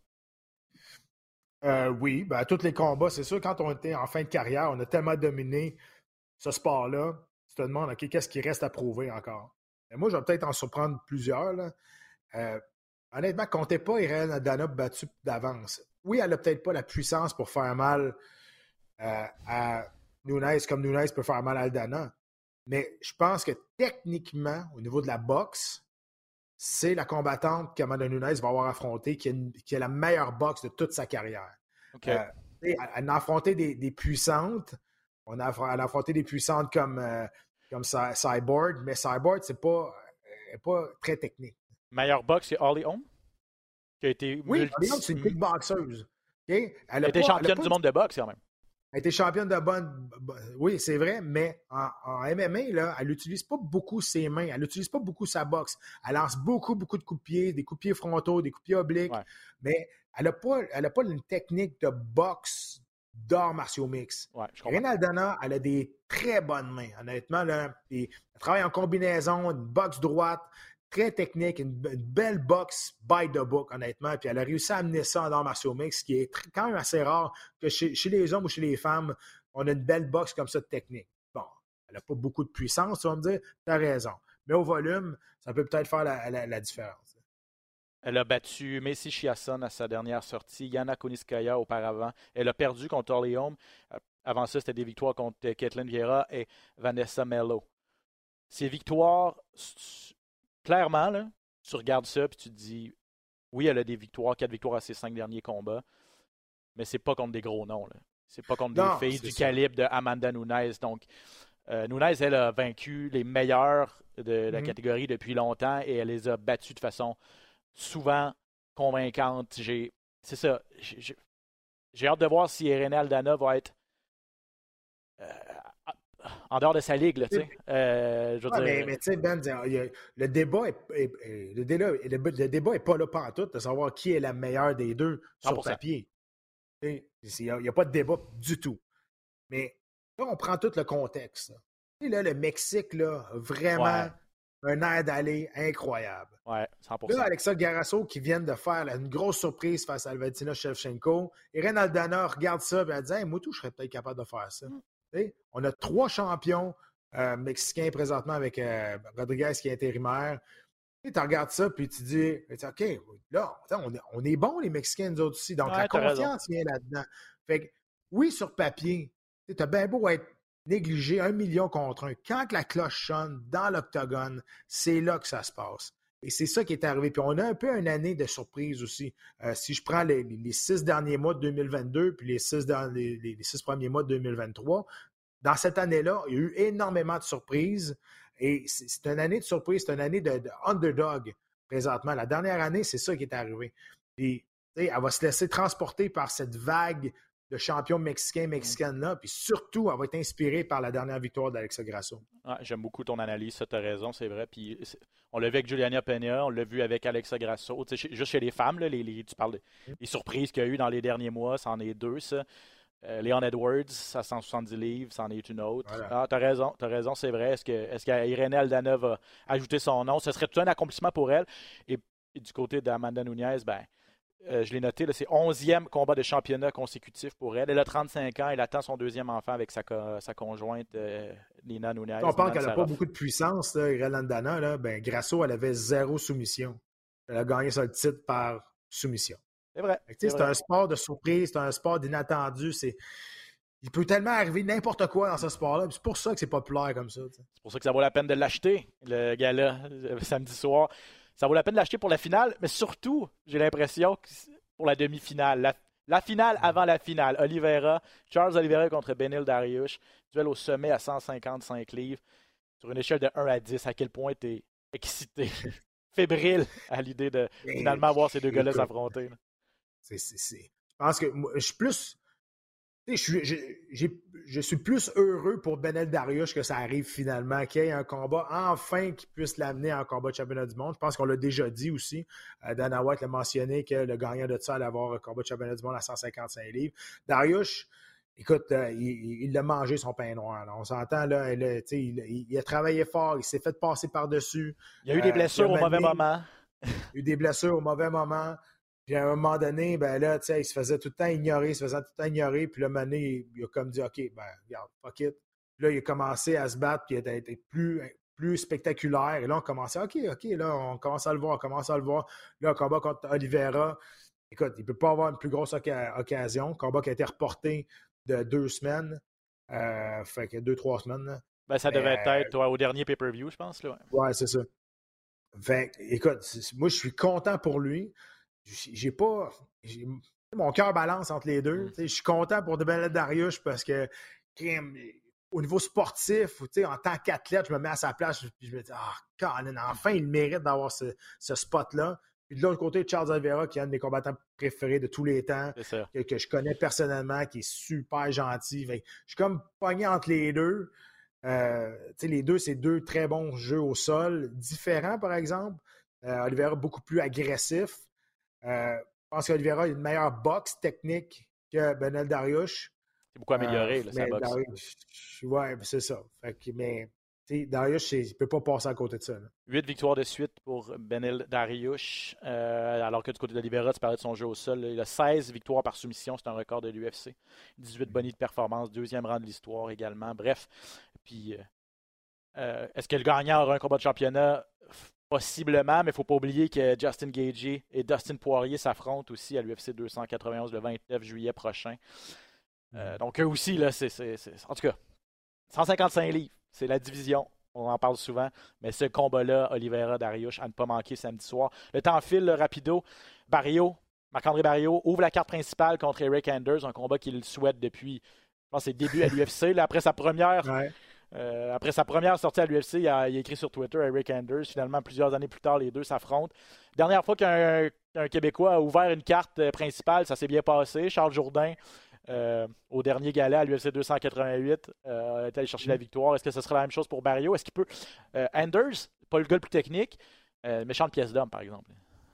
C: Euh, oui, ben, tous les combats, c'est sûr, quand on était en fin de carrière, on a tellement dominé ce sport-là, tu te demandes, OK, qu'est-ce qui reste à prouver encore? Et moi, je vais peut-être en surprendre plusieurs. Là. Euh, honnêtement, comptez pas Irene Aldana battue d'avance. Oui, elle n'a peut-être pas la puissance pour faire mal euh, à Nunes comme Nunes peut faire mal à Aldana, mais je pense que techniquement, au niveau de la boxe, c'est la combattante qu'Amanda Nunes va avoir affrontée qui a, une, qui a la meilleure boxe de toute sa carrière. Okay. Euh, elle, elle a affronté des, des puissantes. On a, elle a affronté des puissantes comme, euh, comme Cyborg, mais Cyborg, c'est pas, euh, pas très technique.
A: Meilleure boxe, c'est Holly Holm? Qui a été
C: oui, multi... Holly Holm, c'est une big boxeuse. Okay? Elle
A: a été championne du monde de boxe, quand même.
C: Elle était championne de bonne... Oui, c'est vrai, mais en, en M M A, là, elle n'utilise pas beaucoup ses mains. Elle n'utilise pas beaucoup sa boxe. Elle lance beaucoup, beaucoup de coups de pied, des coups de pied frontaux, des coups de pied obliques. Ouais. Mais elle n'a pas, elle a pas une technique de boxe d'arts martiaux mixtes.
A: Ouais, je comprends.
C: Irene Aldana, elle a des très bonnes mains, honnêtement. Là, puis elle travaille en combinaison, une boxe droite, très technique, une, une belle boxe by the book, honnêtement. Puis elle a réussi à amener ça en arts martiaux mixtes, ce qui est très, quand même assez rare que chez, chez les hommes ou chez les femmes, on a une belle boxe comme ça de technique. Bon, elle n'a pas beaucoup de puissance, tu vas me dire, tu as raison. Mais au volume, ça peut peut-être faire la, la, la différence.
A: Elle a battu Macy Chiasson à sa dernière sortie, Yana Kuniskaya auparavant. Elle a perdu contre Holly Holm. Avant ça, c'était des victoires contre Ketlen Vieira et Vanessa Mello. Ces victoires, clairement, là, tu regardes ça et tu te dis, oui, elle a des victoires, quatre victoires à ses cinq derniers combats, mais c'est pas contre des gros noms. Là. C'est pas contre
C: Non,
A: des filles du
C: ça.
A: calibre de Amanda Nunes. Donc, euh, Nunes, elle a vaincu les meilleurs de la mm-hmm. catégorie depuis longtemps et elle les a battus de façon souvent convaincante. J'ai, c'est ça. J'ai, j'ai hâte de voir si Irene Aldana va être euh, en dehors de sa ligue. Là, euh, je veux
C: ouais,
A: dire...
C: Mais, mais tu sais, Ben, le débat est, est, est, le, débat, le, le débat est pas là pantoute de savoir qui est la meilleure des deux sur
A: cent pour cent.
C: Papier. Il n'y a, a pas de débat du tout. Mais là, on prend tout le contexte. Là, et là le Mexique, là, vraiment... Ouais. Un air d'aller incroyable.
A: Ouais, cent pour cent.
C: Là, Alexa Grasso qui vient de faire là, une grosse surprise face à Valentina Shevchenko. Irene Aldana regarde ça et elle dit hey, moi, tout, je serais peut-être capable de faire ça. Mm. On a trois champions euh, mexicains présentement avec euh, Rodriguez qui est intérimaire. Tu regardes ça puis tu dis OK, là, on est, on est bons, les Mexicains, nous autres aussi. Donc, ouais, la confiance vient là-dedans. Fait que, oui, sur papier, tu as bien beau être négligé un million contre un. Quand la cloche sonne dans l'octogone, c'est là que ça se passe. Et c'est ça qui est arrivé. Puis on a un peu une année de surprise aussi. Euh, si je prends les, les six derniers mois de deux mille vingt-deux puis les six, dans, les, les six premiers mois de deux mille vingt-trois, dans cette année-là, il y a eu énormément de surprises. Et c'est, c'est une année de surprise, c'est une année de, de underdog présentement. La dernière année, c'est ça qui est arrivé. Puis, elle va se laisser transporter par cette vague de champion mexicain, mexicaine-là, puis surtout, elle va être inspirée par la dernière victoire d'Alexa Grasso.
A: Ah, j'aime beaucoup ton analyse, ça, tu as raison, c'est vrai. Puis c'est... on l'a vu avec Juliana Peña, on l'a vu avec Alexa Grasso. Tu sais, juste chez les femmes, là, les, les, tu parles des mm. surprises qu'il y a eu dans les derniers mois, c'en est deux, ça. Euh, Leon Edwards, à cent soixante-dix livres, c'en est une autre. Voilà. Ah, t'as raison, t'as raison, c'est vrai. Est-ce que est-ce qu'Irene Aldana va ajouter son nom? Ce serait tout un accomplissement pour elle. Et, et du côté d'Amanda Nunes, ben, Euh, je l'ai noté, là, c'est onzième combat de championnat consécutif pour elle. Elle a trente-cinq ans, elle attend son deuxième enfant avec sa, co- sa conjointe, euh, Nina Nunes.
C: On parle qu'elle n'a pas beaucoup de puissance, Irene Aldana. Là, ben, Grasso, elle avait zéro soumission. Elle a gagné son titre par soumission.
A: C'est vrai.
C: Fait, c'est, c'est vrai. Un sport de surprise, c'est un sport d'inattendu. C'est... Il peut tellement arriver n'importe quoi dans ce sport-là. C'est pour ça que c'est populaire comme ça. T'sais.
A: C'est pour ça que ça vaut la peine de l'acheter, le gala, samedi soir. Ça vaut la peine de l'acheter pour la finale, mais surtout, j'ai l'impression que pour la demi-finale. La, la finale avant la finale. Oliveira, Charles Oliveira contre Beneil Dariush. Duel au sommet à cent cinquante-cinq livres. Sur une échelle de un à dix, à quel point tu es excité, fébrile à l'idée de finalement voir ces deux gars-là s'affronter. Là.
C: C'est, c'est, c'est... Je pense que moi, je suis plus... Je suis, je, j'ai, je suis plus heureux pour Beneil Dariush que ça arrive finalement, qu'il y ait un combat enfin qui puisse l'amener en combat de championnat du monde. Je pense qu'on l'a déjà dit aussi. Euh, Dana White l'a mentionné que le gagnant de ça allait avoir un combat de championnat du monde à cent cinquante-cinq livres. Dariush, écoute, euh, il, il a mangé son pain noir. Là. On s'entend, là, il, il, il a travaillé fort, il s'est fait passer par-dessus.
A: Il y a eu des blessures euh, au mauvais moment.
C: Il y a eu des blessures au mauvais moment. Puis à un moment donné, ben là, tu sais, il se faisait tout le temps ignorer, il se faisait tout le temps ignorer. Puis là, Mané, il, il a comme dit, OK, ben, regarde, fuck it. Puis là, il a commencé à se battre, puis il a été plus, plus spectaculaire. Et là, on commençait, OK, OK, là, on commence à le voir, on commence à le voir. Là, un combat contre Oliveira. Écoute, il ne peut pas avoir une plus grosse oca- occasion. Un combat qui a été reporté de deux semaines. Euh, fait que deux, trois semaines. Là.
A: Ben, ça devait euh, être toi, au dernier pay-per-view, je pense. Là.
C: Ouais, c'est ça. Fait écoute, moi, je suis content pour lui. J'ai pas. J'ai, mon cœur balance entre les deux. Mm. Je suis content pour Beneil Dariush parce que au niveau sportif, en tant qu'athlète, je me mets à sa place et je me dis ah, Colin, enfin, il mérite d'avoir ce, ce spot-là. Puis de l'autre côté, Charles Oliveira, qui est un de mes combattants préférés de tous les temps, que, que je connais personnellement, qui est super gentil. Fait, je suis comme pogné entre les deux. Euh, les deux, c'est deux très bons jeux au sol, différents par exemple. Euh, Oliveira beaucoup plus agressif. Euh, je pense qu'Oliveira a une meilleure boxe technique que Beneil Dariush.
A: c'est beaucoup amélioré,
C: euh,
A: là, sa boxe.
C: Dariush, ouais, c'est ça. Fait que, mais Dariush, il ne peut pas passer à côté de ça. Là.
A: Huit victoires de suite pour Beneil Dariush. Euh, alors que du côté de Oliveira, tu parlais de son jeu au sol. Là, il a seize victoires par soumission. C'est un record de l'U F C. dix-huit bonnies de performance. Deuxième rang de l'histoire également. Bref. Puis, euh, euh, est-ce que le gagnant aura un combat de championnat? Possiblement, mais il ne faut pas oublier que Justin Gaethje et Dustin Poirier s'affrontent aussi à l'U F C deux cent quatre-vingt-onze le vingt-neuf juillet prochain. Euh, donc, eux aussi, là, c'est, c'est, c'est... en tout cas, cent cinquante-cinq livres. C'est la division. On en parle souvent. Mais ce combat-là, Oliveira Dariush, à ne pas manquer samedi soir. Le temps file, le rapido. Barrio, Marc-André Barrio, ouvre la carte principale contre Eric Anders, un combat qu'il souhaite depuis, je pense, ses débuts à l'U F C. Là, après sa première. Ouais. Euh, après sa première sortie à l'U F C, il a, il a écrit sur Twitter Eric Anders. Finalement, plusieurs années plus tard, les deux s'affrontent. Dernière fois qu'un, qu'un Québécois a ouvert une carte principale, ça s'est bien passé. Charles Jourdain, euh, au dernier gala à l'U F C deux cent quatre-vingt-huit, euh, est allé chercher la victoire. Est-ce que ce sera la même chose pour Barrio? Est-ce qu'il peut... Euh, Anders, pas le gars le plus technique, euh, méchante pièce d'homme, par exemple.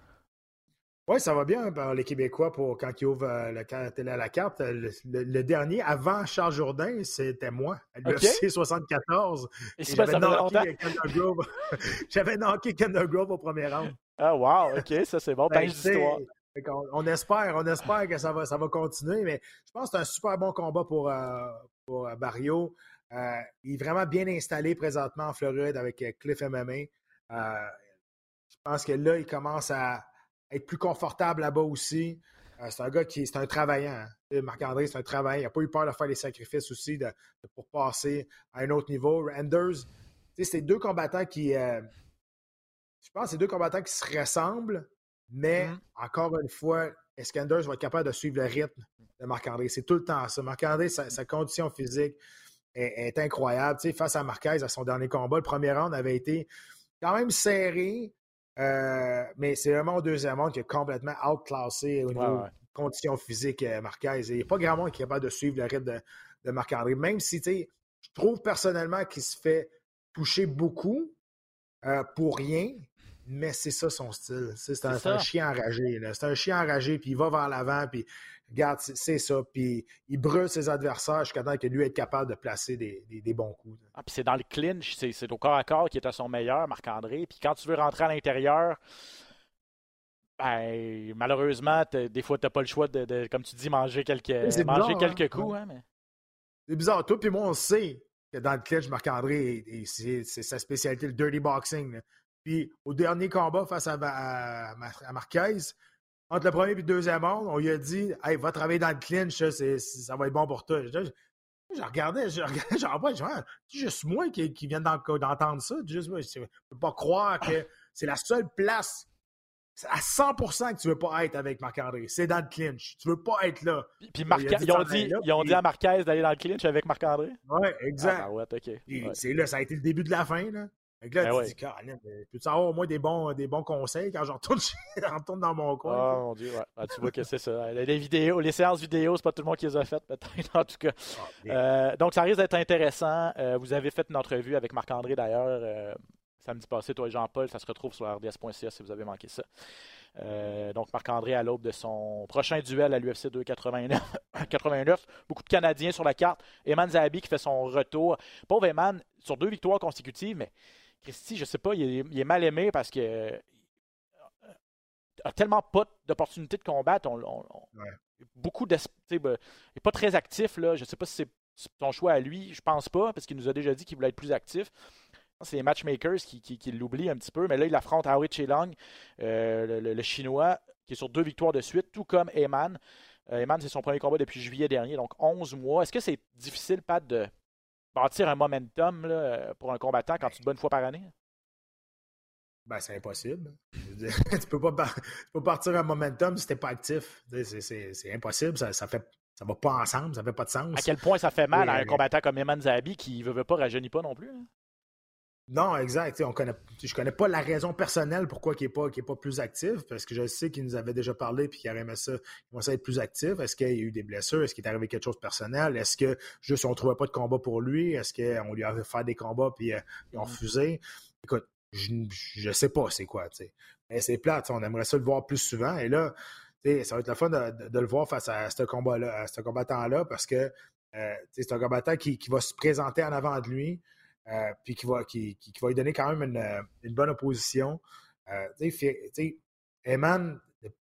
C: Oui, ça va bien par les Québécois pour quand ils ouvrent euh, la, la carte. Le, le, le dernier, avant Charles Jourdain, c'était moi, à l'U F C okay. soixante-quatorze.
A: Et si j'avais knocké
C: Grove. J'avais knocké Kendall Grove au premier round.
A: Ah, wow, OK, ça c'est bon.
C: Ben,
A: Page d'histoire.
C: On, on espère, on espère que ça va, ça va continuer, mais je pense que c'est un super bon combat pour, euh, pour euh, Barrio. Euh, il est vraiment bien installé présentement en Floride avec Cliff M M A. Euh, je pense que là, il commence à être plus confortable là-bas aussi. Euh, c'est un gars qui c'est un travaillant. Hein. Marc-André, c'est un travaillant. Il n'a pas eu peur de faire les sacrifices aussi de, de, pour passer à un autre niveau. Anders, c'est deux combattants qui... Euh, je pense que c'est deux combattants qui se ressemblent, mais mm. encore une fois, est-ce qu'Anders va être capable de suivre le rythme de Marc-André? C'est tout le temps ça. Marc-André, sa, sa condition physique est, est incroyable. Tu sais, face à Marquez, à son dernier combat, le premier round avait été quand même serré, euh, mais c'est vraiment au deuxième round qui a complètement outclassé au niveau ouais, ouais. condition physique euh, Marquez. Il n'y a pas grand monde qui est capable de suivre le rythme de, de Marc-André. Même si, tu sais, je trouve personnellement qu'il se fait toucher beaucoup euh, pour rien. Mais c'est ça son style. C'est, c'est, un, c'est, c'est un chien enragé. Là. C'est un chien enragé, puis il va vers l'avant, puis regarde, c'est, c'est ça. Puis il brûle ses adversaires jusqu'à temps que lui être capable de placer des, des, des bons coups.
A: Ah, puis c'est dans le clinch, c'est, c'est au corps à corps qui est à son meilleur, Marc-André. Puis quand tu veux rentrer à l'intérieur, ben, malheureusement, des fois, tu n'as pas le choix de, de, comme tu dis, manger quelques, manger bizarre, quelques hein? coups. Hein, mais...
C: C'est bizarre. Toi, puis moi, on sait que dans le clinch, Marc-André, c'est, c'est sa spécialité, le dirty boxing. Là. Puis au dernier combat face à, à, à Marquez, entre le premier et le deuxième round, on lui a dit « Hey, va travailler dans le clinch, ça, c'est, c'est, ça va être bon pour toi. » Je, je, je regardais, je regardais, j'en vois, je vois, juste moi qui, qui viens d'entendre ça. Juste moi, je ne peux pas croire que c'est la seule place à cent pour cent que tu ne veux pas être avec Marc-André. C'est dans le clinch. Tu ne veux pas être là.
A: Puis, puis Marca- dit, ils, ont dit, là, ils ont dit à Marquez d'aller dans le clinch avec Marc-André?
C: Oui, exact.
A: Ah, ouais, okay. ouais.
C: C'est là, ça a été le début de la fin, là. Fait là, ben tu ouais. dis, Caroline, peux-tu avoir au moins des bons, des bons conseils quand je retourne, je retourne dans mon coin?
A: Ah, oh, mon Dieu, ouais. Ah, tu vois que c'est ça. Les vidéos, les séances vidéo, c'est pas tout le monde qui les a faites, peut-être, en tout cas. Ah, euh, donc, ça risque d'être intéressant. Euh, vous avez fait une entrevue avec Marc-André, d'ailleurs, euh, samedi passé, toi et Jean-Paul. Ça se retrouve sur r d s point c a si vous avez manqué ça. Euh, donc, Marc-André à l'aube de son prochain duel à l'U F C deux quatre-vingt-neuf. Beaucoup de Canadiens sur la carte. Eman Zahabi qui fait son retour. Pauvre Eman, sur deux victoires consécutives, mais Christy, je sais pas, il est, il est mal aimé parce que euh, a tellement pas d'opportunité de combattre. On, on, on, ouais. Beaucoup de, il n'est pas très actif là. Je sais pas si c'est son choix à lui. Je pense pas parce qu'il nous a déjà dit qu'il voulait être plus actif. C'est les matchmakers qui, qui, qui l'oublient un petit peu. Mais là, il affronte Aoi Chelang, euh, le, le, le Chinois, qui est sur deux victoires de suite, tout comme Eman. Euh, Eman, c'est son premier combat depuis juillet dernier, donc onze mois. Est-ce que c'est difficile, Pat, de bâtir un momentum là, pour un combattant quand tu te bats une fois par année?
C: Ben, c'est impossible. tu peux pas tu peux partir un momentum si t'es pas actif. C'est, c'est, c'est impossible. Ça, ça fait ça va pas ensemble, ça fait pas de sens.
A: À quel point ça fait mal Et, à un combattant comme Eman Zahabi qui veut, veut pas rajeunit pas non plus? Hein?
C: Non, exact. On connaît, je connais pas la raison personnelle pourquoi il n'est pas, pas plus actif, parce que je sais qu'il nous avait déjà parlé et qu'il aimait ça, il aimait ça être plus actif. Est-ce qu'il y a eu des blessures? Est-ce qu'il est arrivé quelque chose de personnel? Est-ce que juste on ne trouvait pas de combat pour lui? Est-ce qu'on lui a fait des combats puis euh, ils ont refusé? Écoute, je ne sais pas c'est quoi, tu sais. Mais c'est plate, on aimerait ça le voir plus souvent. Et là, ça va être le fun de, de, de le voir face à ce combat-là, à ce combattant-là, parce que Euh, c'est un combattant qui, qui va se présenter en avant de lui, euh, puis qui va, qui, qui, qui va lui donner quand même une, une bonne opposition. Euh, Eman,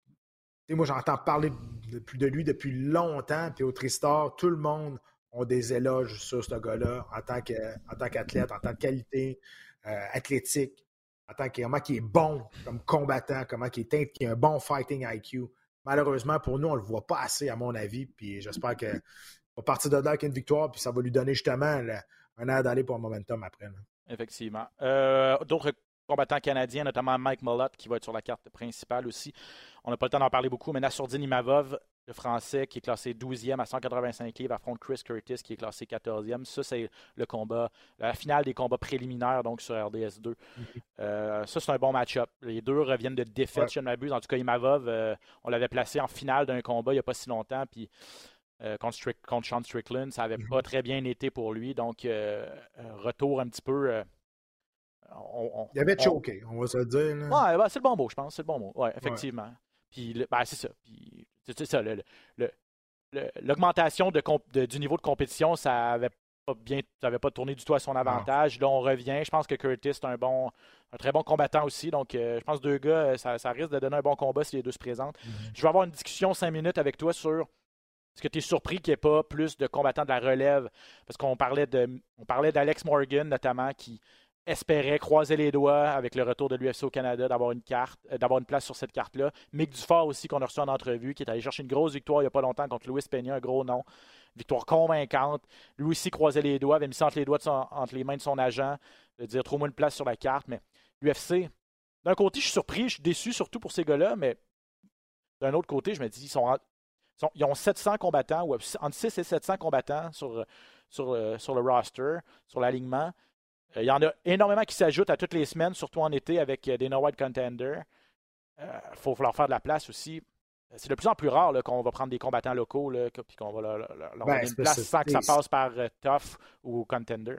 C: moi j'entends parler de, de lui depuis longtemps, puis au Tristar, tout le monde a des éloges sur ce gars-là en tant que, en tant qu'athlète, en tant que qualité euh, athlétique, en tant que comment il est bon comme combattant, comment il est qu'il a un bon fighting I Q. Malheureusement, pour nous, on ne le voit pas assez, à mon avis, puis j'espère qu'il va partir de là avec une victoire, puis ça va lui donner justement là, un air d'aller pour un momentum après. Là.
A: Effectivement. Euh, d'autres combattants canadiens, notamment Mike Mullott, qui va être sur la carte principale aussi. On n'a pas le temps d'en parler beaucoup, mais Nassourdine Imavov, le français, qui est classé douzième à cent quatre-vingt-cinq livres, affronte Chris Curtis, qui est classé quatorzième. Ça, c'est le combat, la finale des combats préliminaires, donc sur R D S deux. Mm-hmm. Euh, ça, c'est un bon match-up. Les deux reviennent de défaite, ouais. Je ne m'abuse. En tout cas, Imavov, euh, on l'avait placé en finale d'un combat il n'y a pas si longtemps, puis euh, contre, Strick, contre Sean Strickland, ça n'avait mm-hmm. pas très bien été pour lui. Donc, euh, retour un petit peu... Euh, On, on,
C: il y avait choqué, on, on va se le dire. Là.
A: Ouais, ben, c'est le bon mot, je pense. C'est le bon mot. Ouais, effectivement. Ouais. Puis, ben, c'est ça. Puis, c'est ça. Le, le, le, l'augmentation de comp- de, du niveau de compétition, ça avait pas bien, ça avait pas tourné du tout à son avantage. Non. Là, on revient. Je pense que Curtis est un bon, un très bon combattant aussi. Donc, euh, je pense que deux gars, ça, ça risque de donner un bon combat si les deux se présentent. Mm-hmm. Je vais avoir une discussion cinq minutes avec toi sur. Est-ce que tu es surpris qu'il n'y ait pas plus de combattants de la relève? Parce qu'on parlait de, on parlait d'Alex Morgan notamment qui espérait croiser les doigts avec le retour de l'U F C au Canada d'avoir une carte, euh, d'avoir une place sur cette carte-là. Mick Dufort aussi, qu'on a reçu en entrevue, qui est allé chercher une grosse victoire il n'y a pas longtemps contre Luis Peña, un gros nom. Victoire convaincante. Lui aussi croisait les doigts, avait mis ça entre les, doigts de son, entre les mains de son agent, de dire trouve-moi une place sur la carte. Mais l'U F C, d'un côté, je suis surpris, je suis déçu surtout pour ces gars-là, mais d'un autre côté, je me dis, ils, sont, ils, sont, ils ont sept cents combattants, ou entre six et sept cents combattants sur, sur, euh, sur le roster, sur l'alignement. Il y en a énormément qui s'ajoutent à toutes les semaines, surtout en été avec des No White Contenders. Il euh, faut leur faire de la place aussi. C'est de plus en plus rare là, qu'on va prendre des combattants locaux et qu'on va leur, leur, leur ben, donner une place sans que ça passe par uh, Tough ou Contender.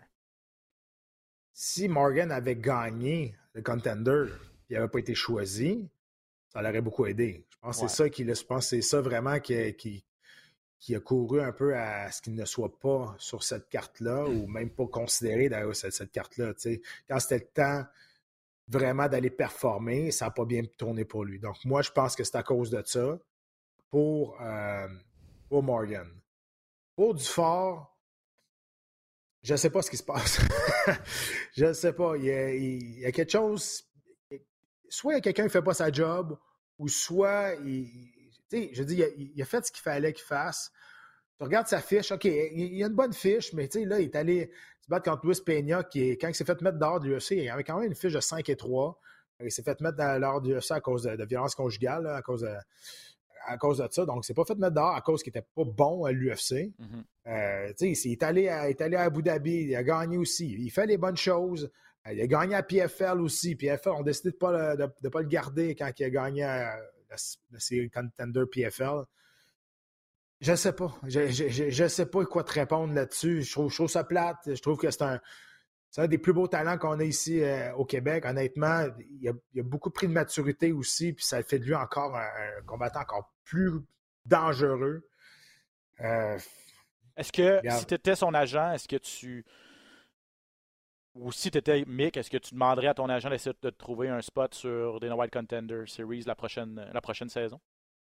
C: Si Morgan avait gagné le Contender et il n'avait pas été choisi, ça l'aurait beaucoup aidé. Je pense que ouais. c'est ça qui, je pense que c'est ça vraiment qui, qui, qui a couru un peu à ce qu'il ne soit pas sur cette carte-là ou même pas considéré d'ailleurs cette, cette carte-là. T'sais. Quand c'était le temps vraiment d'aller performer, ça n'a pas bien tourné pour lui. Donc moi, je pense que c'est à cause de ça pour, euh, pour Morgan. Pour Dufort, je ne sais pas ce qui se passe. je ne sais pas. Il y, a, il y a quelque chose... Soit il y a quelqu'un qui ne fait pas sa job ou soit... il je dis, il a, il a fait ce qu'il fallait qu'il fasse. Tu regardes sa fiche, OK, il, il a une bonne fiche, mais là, il est allé se battre contre Luis Peña, qui, est, quand il s'est fait mettre dehors de l'U F C, il avait quand même une fiche de cinq et trois. Il s'est fait mettre dehors de l'U F C à cause de, de violence conjugale, là, à, cause de, à cause de ça. Donc, il ne s'est pas fait mettre dehors à cause qu'il n'était pas bon à l'U F C. Mm-hmm. Euh, il, est allé à, il est allé à Abu Dhabi, il a gagné aussi. Il fait les bonnes choses. Il a gagné à P F L aussi. P F L, on a décidé de ne pas, pas le garder quand il a gagné à la série Contender P F L. Je ne sais pas. Je ne sais pas quoi te répondre là-dessus. Je trouve, je trouve ça plate. Je trouve que c'est un, c'est un des plus beaux talents qu'on a ici euh, au Québec. Honnêtement, il a, il a beaucoup pris de maturité aussi, puis ça fait de lui encore un, un combattant encore plus dangereux. Euh,
A: est-ce que regarde. Si tu étais son agent, est-ce que tu... Ou si tu étais Mick, est-ce que tu demanderais à ton agent d'essayer de te trouver un spot sur des No White Contender Series la prochaine, la prochaine saison?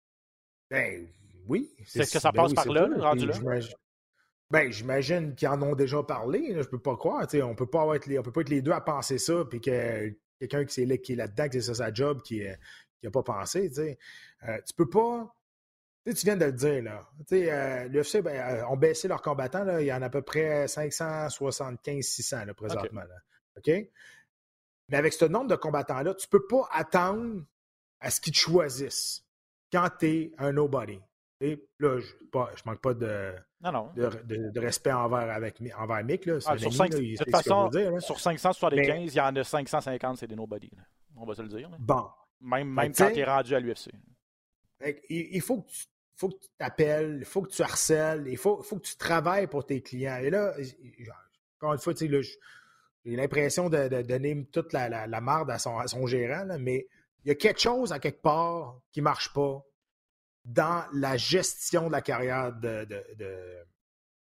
C: Ben oui.
A: C'est, est-ce que ça ben passe oui, par là, rendu là?
C: J'imagine, ben, j'imagine qu'ils en ont déjà parlé. Là, je peux pas croire. On peut pas être les, on peut pas être les deux à penser ça, puis que quelqu'un qui est, là, qui est là-dedans, que c'est ça sa job, qui n'a pas pensé. Euh, tu peux pas... Tu viens de le dire, là. Euh, L'U F C ben, euh, ont baissé leurs combattants. Là. Il y en a à peu près cinq cent soixante-quinze six cents là, présentement. Okay. Là. OK? Mais avec ce nombre de combattants-là, tu ne peux pas attendre à ce qu'ils te choisissent quand tu es un nobody. Et là, je ne manque pas de,
A: non, non.
C: de, de, de respect envers, avec, envers Mick. Là.
A: Ah, sur, cinq, là, il, de toute façon, dire, sur cinq cent soixante-quinze, mais, il y en a cinq cent cinquante, c'est des nobody. Là. On va se le dire. Là.
C: Bon.
A: Même, même quand tu es rendu à l'U F C.
C: Il, il faut que tu Il faut que tu t'appelles, il faut que tu harcèles, il faut, faut que tu travailles pour tes clients. Et là, encore une fois, tu sais, là, j'ai l'impression de, de donner toute la, la, la marde à son, à son gérant, là, mais il y a quelque chose à quelque part qui ne marche pas dans la gestion de la carrière de, de, de,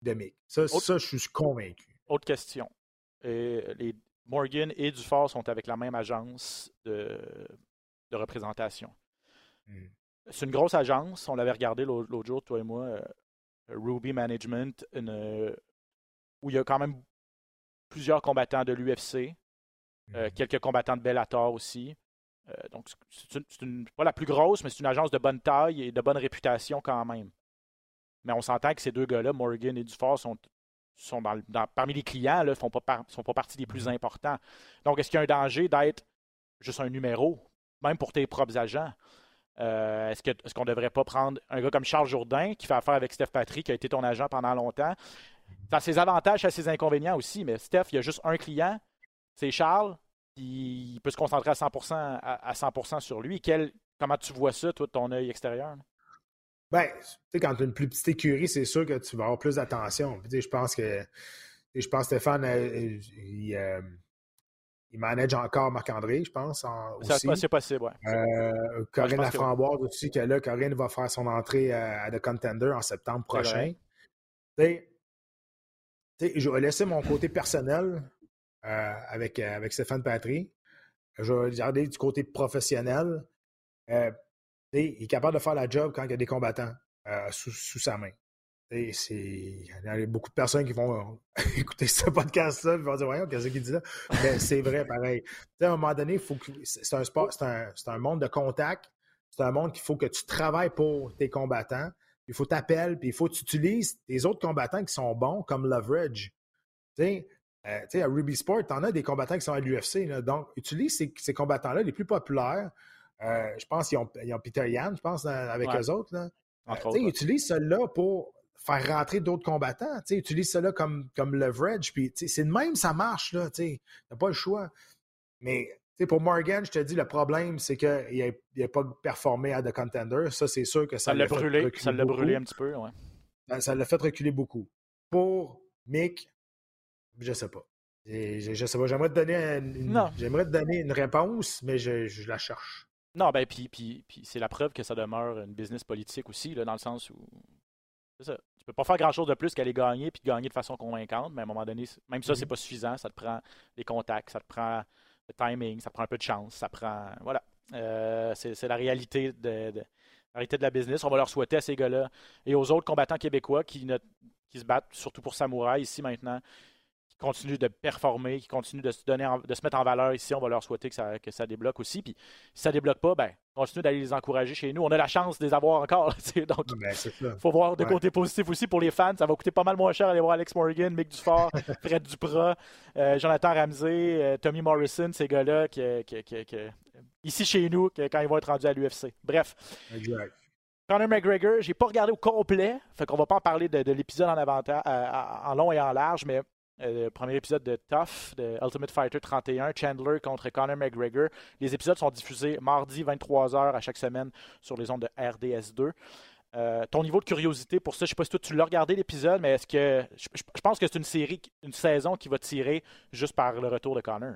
C: de Mick. Ça, autre, ça, je suis convaincu.
A: Autre question. Euh, les Morgan et Dufort sont avec la même agence de, de représentation. Mm. C'est une grosse agence. On l'avait regardé l'autre, l'autre jour, toi et moi, euh, Ruby Management, une, euh, où il y a quand même plusieurs combattants de l'U F C, mm. euh, quelques combattants de Bellator aussi. Euh, donc, c'est, une, c'est une, pas la plus grosse, mais c'est une agence de bonne taille et de bonne réputation quand même. Mais on s'entend que ces deux gars-là, Morgan et Dufort, sont, sont dans, dans, parmi les clients, ne font pas, par, sont pas partie des plus importants. Donc, est-ce qu'il y a un danger d'être juste un numéro, même pour tes propres agents? Euh, est-ce, que, est-ce qu'on ne devrait pas prendre un gars comme Charles Jourdain, qui fait affaire avec Steph Patry, qui a été ton agent pendant longtemps? Ça a ses avantages et ses inconvénients aussi, mais Steph, il y a juste un client, c'est Charles, puis il peut se concentrer à cent pour cent, à, à cent pour cent sur lui. Quel, comment tu vois ça, toi, de ton œil extérieur?
C: Ben, tu sais, quand tu as une plus petite écurie, c'est sûr que tu vas avoir plus d'attention. Puis, je pense que je pense que Stéphane, il, il, euh, il manage encore Marc-André, je pense, en, aussi.
A: C'est possible, oui.
C: Euh, Corinne ouais, Laframboise que... aussi, que là, Corinne va faire son entrée à, à The Contender en septembre prochain. Tu sais, je vais laisser mon côté personnel euh, avec, euh, avec Stéphane Patry. Je vais regarder du côté professionnel. Euh, il est capable de faire la job quand il y a des combattants euh, sous, sous sa main. C'est... Il y a beaucoup de personnes qui vont écouter ce podcast-là et vont dire « Voyons, qu'est-ce qu'il dit là? » Mais c'est vrai, pareil. T'sais, à un moment donné, faut que... c'est un sport, c'est un, c'est un monde de contact. C'est un monde qu'il faut que tu travailles pour tes combattants. Il faut t'appeler, puis il faut que tu utilises tes autres combattants qui sont bons comme leverage. Tu sais, euh, à Ruby Sport, tu en as des combattants qui sont à l'U F C. Là, donc, utilise ces, ces combattants-là les plus populaires. Euh, je pense qu'ils ont, ils ont Peter Yan, je pense, avec ouais. eux autres. Là. Euh, autres, ouais. Utilise ceux-là pour faire rentrer d'autres combattants. T'sais, utilise cela comme, comme leverage. Puis, c'est de même, ça marche. Tu n'as pas le choix. Mais pour Morgan, je te dis, le problème, c'est qu'il n'a pas performé à The Contender. Ça, c'est sûr que ça, ça l'a brûlé.
A: Ça l'a brûlé un petit peu. Ouais.
C: Ben, ça l'a fait reculer beaucoup. Pour Mick, je ne sais pas. Je, je sais pas. J'aimerais te donner une, j'aimerais te donner une réponse, mais je, je la cherche.
A: Non, ben, puis, puis, puis c'est la preuve que ça demeure une business politique aussi, là, dans le sens où. C'est ça. Tu peux pas faire grand-chose de plus qu'aller gagner puis gagner de façon convaincante, mais à un moment donné, même ça, mm-hmm. c'est pas suffisant. Ça te prend des contacts, ça te prend le timing, ça prend un peu de chance, ça prend. Voilà. Euh, c'est, c'est la réalité de, de, la réalité de la business. On va leur souhaiter à ces gars-là et aux autres combattants québécois qui, ne, qui se battent, surtout pour Samouraï ici maintenant, qui continuent de performer, qui continuent de se donner en, de se mettre en valeur ici. On va leur souhaiter que ça, que ça débloque aussi. Puis si ça débloque pas, ben continue d'aller les encourager chez nous. On a la chance de les avoir encore. Donc, il faut voir de ouais. côté positif aussi pour les fans. Ça va coûter pas mal moins cher d'aller voir Alex Morgan, Mick Dufort, Fred Duprat, euh, Jonathan Ramsey, euh, Tommy Morrison, ces gars-là, qui, qui, qui, qui, ici chez nous, qui, quand ils vont être rendus à l'U F C. Bref.
C: Exact.
A: Conor McGregor, j'ai pas regardé au complet. Fait qu'on va pas en parler de, de l'épisode en, avantage, euh, en long et en large, mais Euh, le premier épisode de Tough, de Ultimate Fighter trente et un, Chandler contre Conor McGregor. Les épisodes sont diffusés mardi vingt-trois heures à chaque semaine sur les ondes de R D S deux. Euh, ton niveau de curiosité pour ça, je ne sais pas si toi tu l'as regardé l'épisode, mais est-ce que je, je pense que c'est une série, une saison qui va tirer juste par le retour de Conor.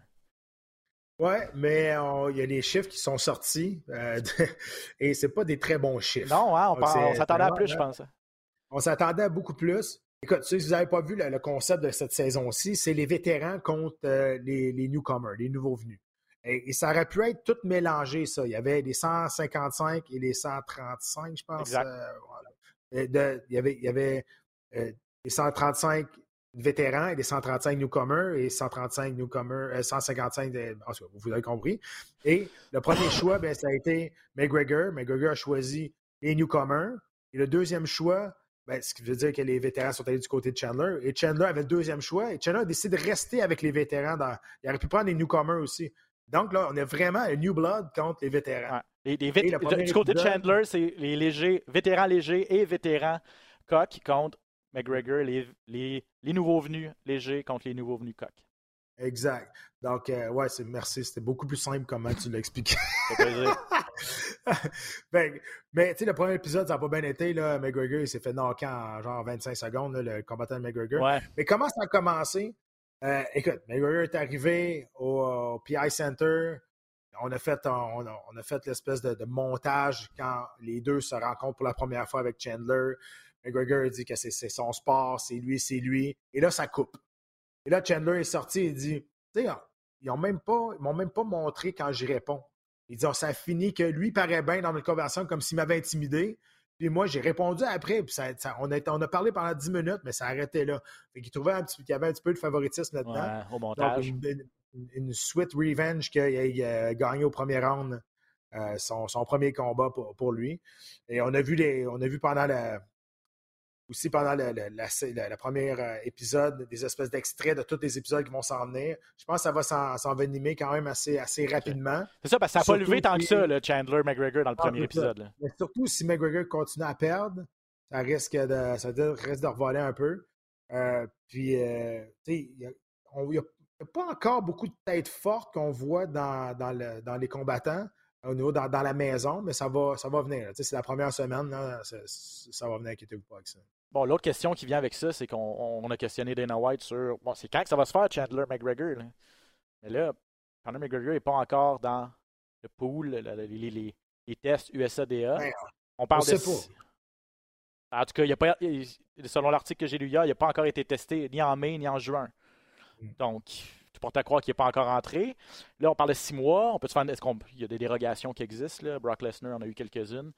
C: Ouais, mais il y a des chiffres qui sont sortis euh, de, et c'est pas des très bons chiffres.
A: Non, hein, on, on s'attendait à plus, je pense.
C: On s'attendait à beaucoup plus. Écoute, si vous n'avez pas vu le, le concept de cette saison-ci, c'est les vétérans contre euh, les, les newcomers, les nouveaux venus. Et, et ça aurait pu être tout mélangé, ça. Il y avait les cent cinquante-cinq et les cent trente-cinq, je pense.
A: Exact.
C: Euh, voilà. de, il y avait, il y avait euh, les cent trente-cinq vétérans et les cent trente-cinq newcomers et cent trente-cinq newcomers, euh, cent cinquante-cinq, de, en tout cas, vous avez compris. Et le premier choix, ben, ça a été McGregor. McGregor a choisi les newcomers. Et le deuxième choix, ben, ce qui veut dire que les vétérans sont allés du côté de Chandler. Et Chandler avait le deuxième choix. Et Chandler a décidé de rester avec les vétérans. Dans... Il aurait pu prendre les newcomers aussi. Donc là, on a vraiment un new blood contre les vétérans. Ouais.
A: Les, les vét... Du épisode... côté de Chandler, c'est les légers, vétérans légers et vétérans coq contre McGregor, les, les, les nouveaux venus légers contre les nouveaux venus coq.
C: Exact. Donc, euh, ouais, c'est, merci. C'était beaucoup plus simple comment tu l'as expliqué. ben, mais tu sais, le premier épisode, ça n'a pas bien été. Là, McGregor, il s'est fait knocker en genre vingt-cinq secondes, là, le combattant de McGregor.
A: Ouais.
C: Mais comment ça a commencé? Euh, écoute, McGregor est arrivé au, au P I Center. On a fait, on a, on a fait l'espèce de, de montage quand les deux se rencontrent pour la première fois avec Chandler. McGregor dit que c'est, c'est son sport, c'est lui, c'est lui. Et là, ça coupe. Et là, Chandler est sorti et dit, tu sais, ils ont même pas, ils m'ont même pas montré quand j'y réponds. Il dit, oh, ça a fini que lui paraît bien dans notre conversation comme s'il m'avait intimidé. Puis moi, j'ai répondu après, puis ça, ça, on, a, on a parlé pendant dix minutes, mais ça arrêtait là. Fait qu'il trouvait un petit, qu'il y avait un petit peu de favoritisme là-dedans.
A: Ouais, au montage.
C: Donc, une, une, une sweet revenge qu'il a, a gagné au premier round, euh, son, son premier combat pour, pour lui. Et on a vu les, on a vu pendant la, aussi pendant le, le, la, la, la première euh, épisode, des espèces d'extraits de tous les épisodes qui vont s'en venir. Je pense que ça va s'en, s'envenimer quand même assez, assez rapidement.
A: C'est ça, parce que ça n'a pas levé tant
C: si,
A: que ça, le Chandler-McGregor, dans le
C: ah,
A: premier épisode. Là.
C: Mais surtout, si McGregor continue à perdre, ça risque de, ça risque de revoler un peu. Euh, puis, euh, tu sais, il n'y a, a pas encore beaucoup de têtes fortes qu'on voit dans, dans, le, dans les combattants, au niveau dans, dans la maison, mais ça va, ça va venir. C'est la première semaine, là, ça, ça va venir, inquiétez-vous pas avec ça.
A: Bon, l'autre question qui vient avec ça, c'est qu'on on a questionné Dana White sur bon, c'est quand que ça va se faire, Chandler-McGregor. Là. Mais là, Chandler-McGregor n'est pas encore dans le pool, le, le, les, les, les tests U S A D A.
C: Ben,
A: on parle
C: on
A: de.
C: sait pas.
A: En tout cas, il y a pas, selon l'article que j'ai lu hier, il n'a pas encore été testé ni en mai ni en juin. Mm. Donc, tu portes à croire qu'il n'est pas encore entré. Là, on parle de six mois. On peut se faire. Est-ce qu'on, il y a des dérogations qui existent, là? Brock Lesnar en a eu quelques-unes.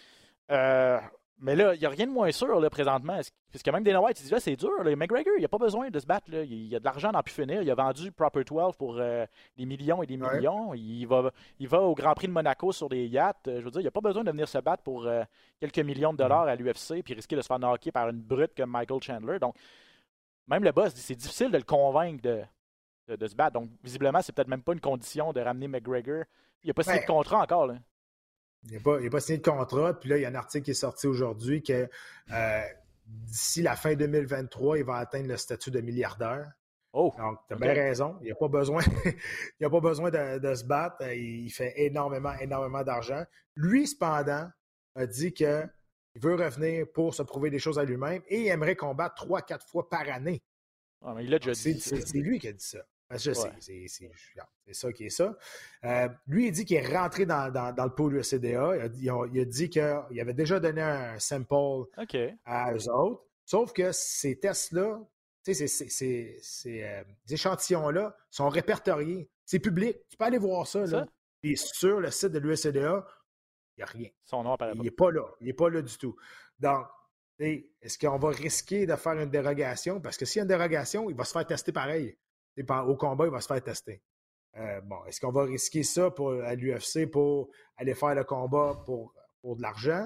A: Euh. Mais là, il n'y a rien de moins sûr là, présentement. Parce que même Dana White, il dit là, c'est dur. Là. McGregor, il n'a pas besoin de se battre. Là. Il y a de l'argent d'en plus finir. Il a vendu Proper douze pour euh, des millions et des millions. Ouais. Il, va, il va au Grand Prix de Monaco sur des yachts. Je veux dire, il n'a pas besoin de venir se battre pour euh, quelques millions de dollars à l'U F C puis risquer de se faire knocker par une brute comme Michael Chandler. Donc, même le boss dit c'est difficile de le convaincre de, de, de se battre. Donc, visiblement, c'est peut-être même pas une condition de ramener McGregor. Il n'a pas signé ouais. de contrat encore. Là.
C: Il n'a pas, pas signé de contrat. Puis là, il y a un article qui est sorti aujourd'hui que euh, d'ici la fin deux mille vingt-trois, il va atteindre le statut de milliardaire.
A: Oh,
C: Donc, tu as
A: okay.
C: bien raison. Il n'a pas besoin, il a pas besoin de, de se battre. Il fait énormément, énormément d'argent. Lui, cependant, a dit qu'il veut revenir pour se prouver des choses à lui-même et il aimerait combattre trois, quatre fois par année.
A: Ah, mais il l'a déjà
C: c'est,
A: dit.
C: C'est, c'est lui qui a dit ça. Je sais,
A: ouais.
C: c'est, c'est, c'est ça qui est ça. Euh, lui, il dit qu'il est rentré dans, dans, dans le pool U S C D A. Il a, il a dit qu'il avait déjà donné un sample
A: okay.
C: à eux autres. Sauf que ces tests-là, ces, ces, ces, ces euh, échantillons-là sont répertoriés. C'est public. Tu peux aller voir ça. ça? Là. Puis sur le site de l'U S C D A, il n'y a rien.
A: Son nom apparaît
C: Il n'est pas là. Il n'est pas là du tout. Donc, est-ce qu'on va risquer de faire une dérogation? Parce que s'il y a une dérogation, il va se faire tester pareil. Au combat, il va se faire tester. Euh, bon, est-ce qu'on va risquer ça pour, à l'U F C pour aller faire le combat pour, pour de l'argent?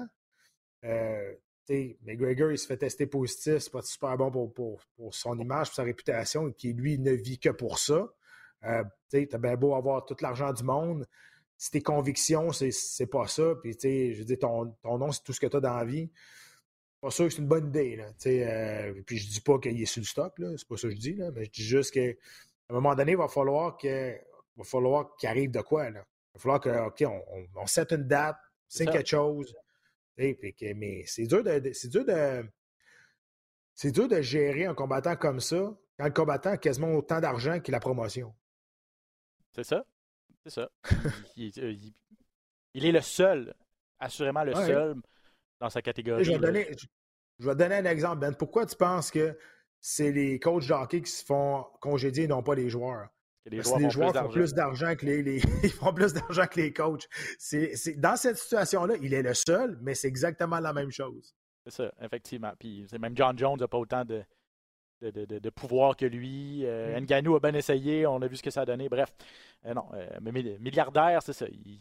C: Euh, McGregor, il se fait tester positif, c'est pas super bon pour, pour, pour son image, pour sa réputation, qui lui ne vit que pour ça. Euh, tu as bien beau avoir tout l'argent du monde. Si tes convictions, c'est, c'est pas ça, puis je veux dire, ton, ton nom, c'est tout ce que tu as dans la vie. Pas sûr que c'est une bonne idée. Là, euh, puis je dis pas qu'il est sur le stock, là, c'est pas ça que je dis, là, mais je dis juste qu'à un moment donné, il va falloir, que, va falloir qu'il arrive de quoi. Là. Il va falloir que, OK, on, on, on set une date, c'est quelque chose. Puis que, mais c'est dur de, de, c'est dur de. C'est dur de gérer un combattant comme ça quand le combattant a quasiment autant d'argent que la promotion.
A: C'est ça. C'est ça. il, il, il, il est le seul, assurément le ouais. seul. Dans sa catégorie.
C: Je vais, donner, je, je vais te donner un exemple, Ben. Pourquoi tu penses que c'est les coachs de hockey qui se font congédier et non pas les joueurs?
A: Les
C: Parce
A: joueurs,
C: que les
A: font,
C: joueurs
A: plus
C: font plus d'argent que les, les ils font plus d'argent que les coachs. C'est, c'est, dans cette situation-là, il est le seul, mais c'est exactement la même chose.
A: C'est ça, effectivement. Puis c'est même John Jones n'a pas autant de, de, de, de, de pouvoir que lui. Euh, mm. Ngannou a bien essayé, on a vu ce que ça a donné. Bref, euh, non, euh, mais milliardaire, c'est ça. Il,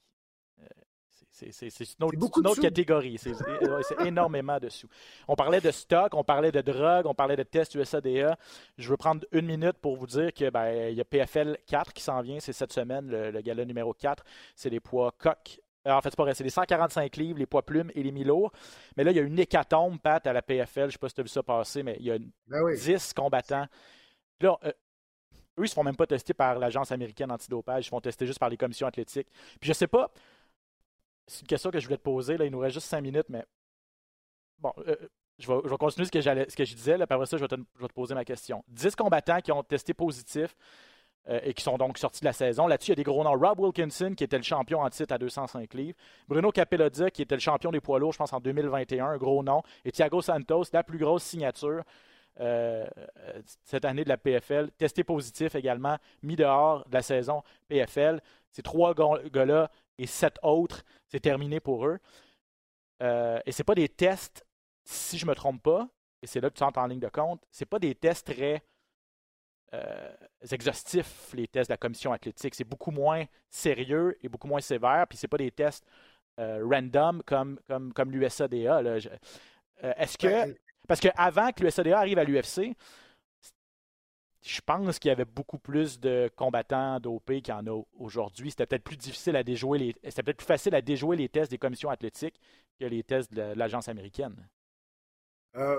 A: C'est, c'est, c'est une autre, c'est une autre catégorie. C'est, c'est énormément de sous. On parlait de stock, on parlait de drogue, on parlait de tests U S A D A. Je veux prendre une minute pour vous dire que ben, il y a P F L quatre qui s'en vient. C'est cette semaine, le, le gala numéro quatre. C'est les poids coq. En fait, c'est pas vrai. C'est les cent quarante-cinq livres, les poids plumes et les mi-lourds. Mais là, il y a une hécatombe, Pat, à la P F L. Je ne sais pas si tu as vu ça passer, mais il y a
C: ben oui.
A: dix combattants. Là, euh, eux, ils ne se font même pas tester par l'Agence américaine antidopage. Ils se font tester juste par les commissions athlétiques. Puis je sais pas. C'est une question que je voulais te poser. Là, il nous reste juste cinq minutes, mais bon, euh, je, vais, je vais continuer ce que, j'allais, ce que je disais. Là, puis après ça, je vais, te, je vais te poser ma question. dix combattants qui ont testé positif euh, et qui sont donc sortis de la saison. Là-dessus, il y a des gros noms. Rob Wilkinson, qui était le champion en titre à deux cent cinq livres. Bruno Capellodia, qui était le champion des poids lourds, je pense, en deux mille vingt et un, un gros nom. Et Thiago Santos, la plus grosse signature euh, cette année de la P F L. Testé positif également, mis dehors de la saison P F L. Ces trois gars-là et sept autres, c'est terminé pour eux. Euh, et c'est pas des tests, si je me trompe pas, et c'est là que tu entres en ligne de compte, c'est pas des tests très euh, exhaustifs, les tests de la commission athlétique. C'est beaucoup moins sérieux et beaucoup moins sévère, puis c'est pas des tests euh, random comme, comme, comme l'U S A D A. Là. Je, euh, est-ce que... Parce qu'avant que l'U S A D A arrive à l'U F C, je pense qu'il y avait beaucoup plus de combattants dopés qu'il y en a aujourd'hui. C'était peut-être plus difficile à déjouer les... C'était peut-être plus facile à déjouer les tests des commissions athlétiques que les tests de l'agence américaine.
C: Euh,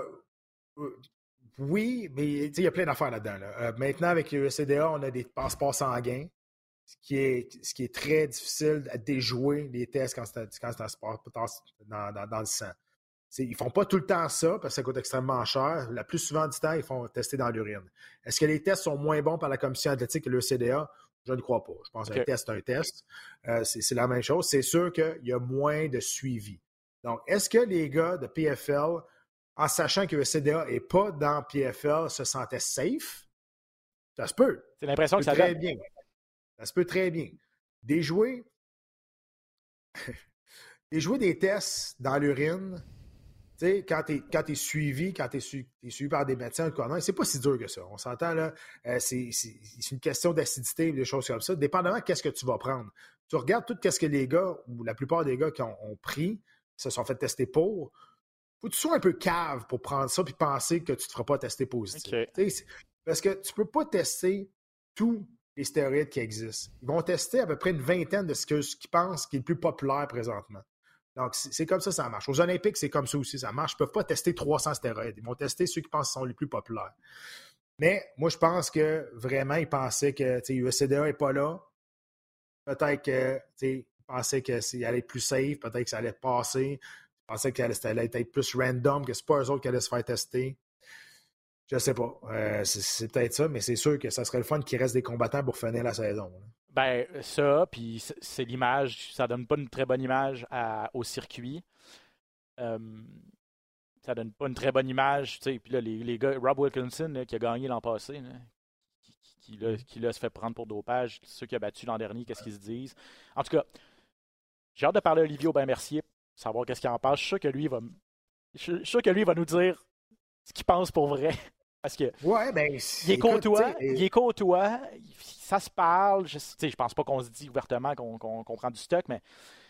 C: oui, mais il y a plein d'affaires là-dedans. Là. Euh, maintenant, avec le U S A D A, on a des passeports sanguins, ce qui est, ce qui est très difficile à déjouer les tests quand c'est, quand c'est dans, dans, dans le sang. C'est, ils ne font pas tout le temps ça parce que ça coûte extrêmement cher. La plus souvent du temps, ils font tester dans l'urine. Est-ce que les tests sont moins bons par la commission athlétique que le U S A D A? Je ne crois pas. Je pense okay. qu'un test, c'est un test. Euh, c'est, c'est la même chose. C'est sûr qu'il y a moins de suivi. Donc, est-ce que les gars de P F L, en sachant que le U S A D A n'est pas dans P F L, se sentaient safe? Ça se peut.
A: C'est l'impression
C: ça
A: que ça
C: très bien. Ça se peut très bien. Déjouer, déjouer des tests dans l'urine, tu sais, quand tu es suivi, quand tu es su, suivi par des médecins, c'est pas si dur que ça. On s'entend, là, euh, c'est, c'est, c'est une question d'acidité et des choses comme ça. Dépendamment de qu'est-ce que tu vas prendre. Tu regardes tout ce que les gars, ou la plupart des gars qui ont, ont pris, qui se sont fait tester pour, faut que tu sois un peu cave pour prendre ça puis penser que tu ne te feras pas tester positif. Okay. Parce que tu ne peux pas tester tous les stéroïdes qui existent. Ils vont tester à peu près une vingtaine de ce qu'ils ce pensent qui est le plus populaire présentement. Donc, c'est comme ça ça marche. Aux Olympiques, c'est comme ça aussi, ça marche. Ils ne peuvent pas tester trois cents stéroïdes. Ils vont tester ceux qui pensent qu'ils sont les plus populaires. Mais moi, je pense que vraiment, ils pensaient que U S A D A n'est pas là. Peut-être qu'ils pensaient que ça allait être plus safe, peut-être que ça allait passer. Ils pensaient que ça allait être plus random, que ce n'est pas eux autres qui allaient se faire tester. Je ne sais pas. Euh, c'est, c'est peut-être ça, mais c'est sûr que ça serait le fun qu'il reste des combattants pour finir la saison. Là.
A: Ben, ça, puis c'est l'image, ça donne pas une très bonne image à, au circuit. Euh, ça donne pas une très bonne image. Puis là, les, les gars, Rob Wilkinson, là, qui a gagné l'an passé, là, qui, qui, qui, là, qui là, se fait prendre pour dopage, ceux qui ont battu l'an dernier, qu'est-ce qu'ils se disent. En tout cas, j'ai hâte de parler à Olivier Aubin-Mercier, savoir qu'est-ce qu'il en pense. Je suis sûr que lui, il va, je suis sûr que lui, il va nous dire ce qu'il pense pour vrai. Parce que
C: ouais, ben,
A: il est côtois, il est côtois, ça se parle. Je, je pense pas qu'on se dit ouvertement qu'on, qu'on, qu'on prend du stock, mais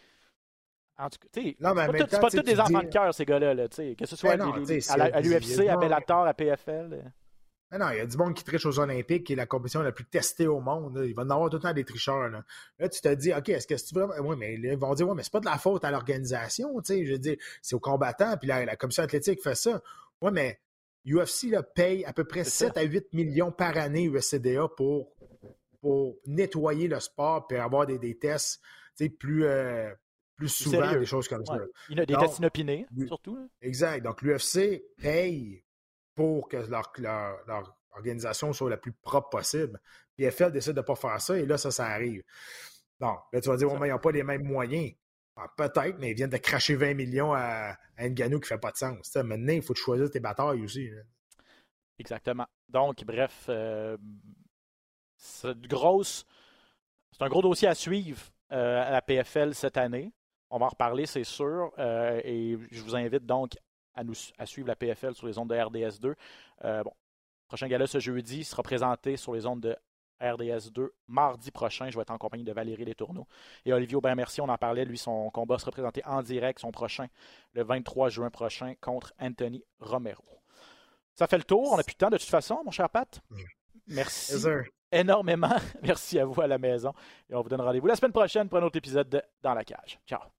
A: en tout cas, tu sais, c'est pas, c'est pas tous des enfants dis... de cœur, ces gars-là, là, que ce soit ben non, les, les, à, la, à l'U F C, à Bellator, à P F L.
C: Mais non, il y a du monde qui triche aux Olympiques, qui est la compétition la plus testée au monde. Là. Il va en avoir tout le temps des tricheurs. Là, là tu te dis, OK, est-ce que c'est vraiment. Oui, mais ils vont dire, ouais, mais c'est pas de la faute à l'organisation. Tu sais, je veux dire, c'est aux combattants, puis la, la commission athlétique fait ça. Oui, mais U F C là, paye à peu près c'est sept ça. à huit millions par année U S A D A pour, pour nettoyer le sport et avoir des, des tests plus, euh, plus souvent, sérieux. Des choses comme ouais. ça.
A: Il y a des Donc, tests inopinés, surtout. Là.
C: Exact. Donc, l'U F C paye pour que leur, leur, leur organisation soit la plus propre possible. P F L décide de ne pas faire ça et là, ça, ça arrive. Donc, là, tu vas dire, bon, mais ils n'ont pas les mêmes moyens. Alors, peut-être, mais ils viennent de cracher vingt millions à, à Ngannou qui ne fait pas de sens. T'sais, maintenant, il faut te choisir tes batailles aussi. Là.
A: Exactement. Donc, bref, euh, c'est, une grosse, c'est un gros dossier à suivre euh, à la P F L cette année. On va en reparler, c'est sûr. Euh, et je vous invite donc à, nous, à suivre la P F L sur les ondes de R D S deux. Euh, bon, prochain gala ce jeudi sera présenté sur les ondes de R D S deux mardi prochain. Je vais être en compagnie de Valérie Letourneau. Et Olivier Aubin-Mercier, on en parlait, lui, son combat sera présenté en direct, son prochain, le vingt-trois juin prochain, contre Anthony Romero. Ça fait le tour. On n'a plus de temps de toute façon, mon cher Pat. Merci yes, énormément. Merci à vous à la maison. Et on vous donne rendez-vous la semaine prochaine pour un autre épisode de Dans la cage. Ciao.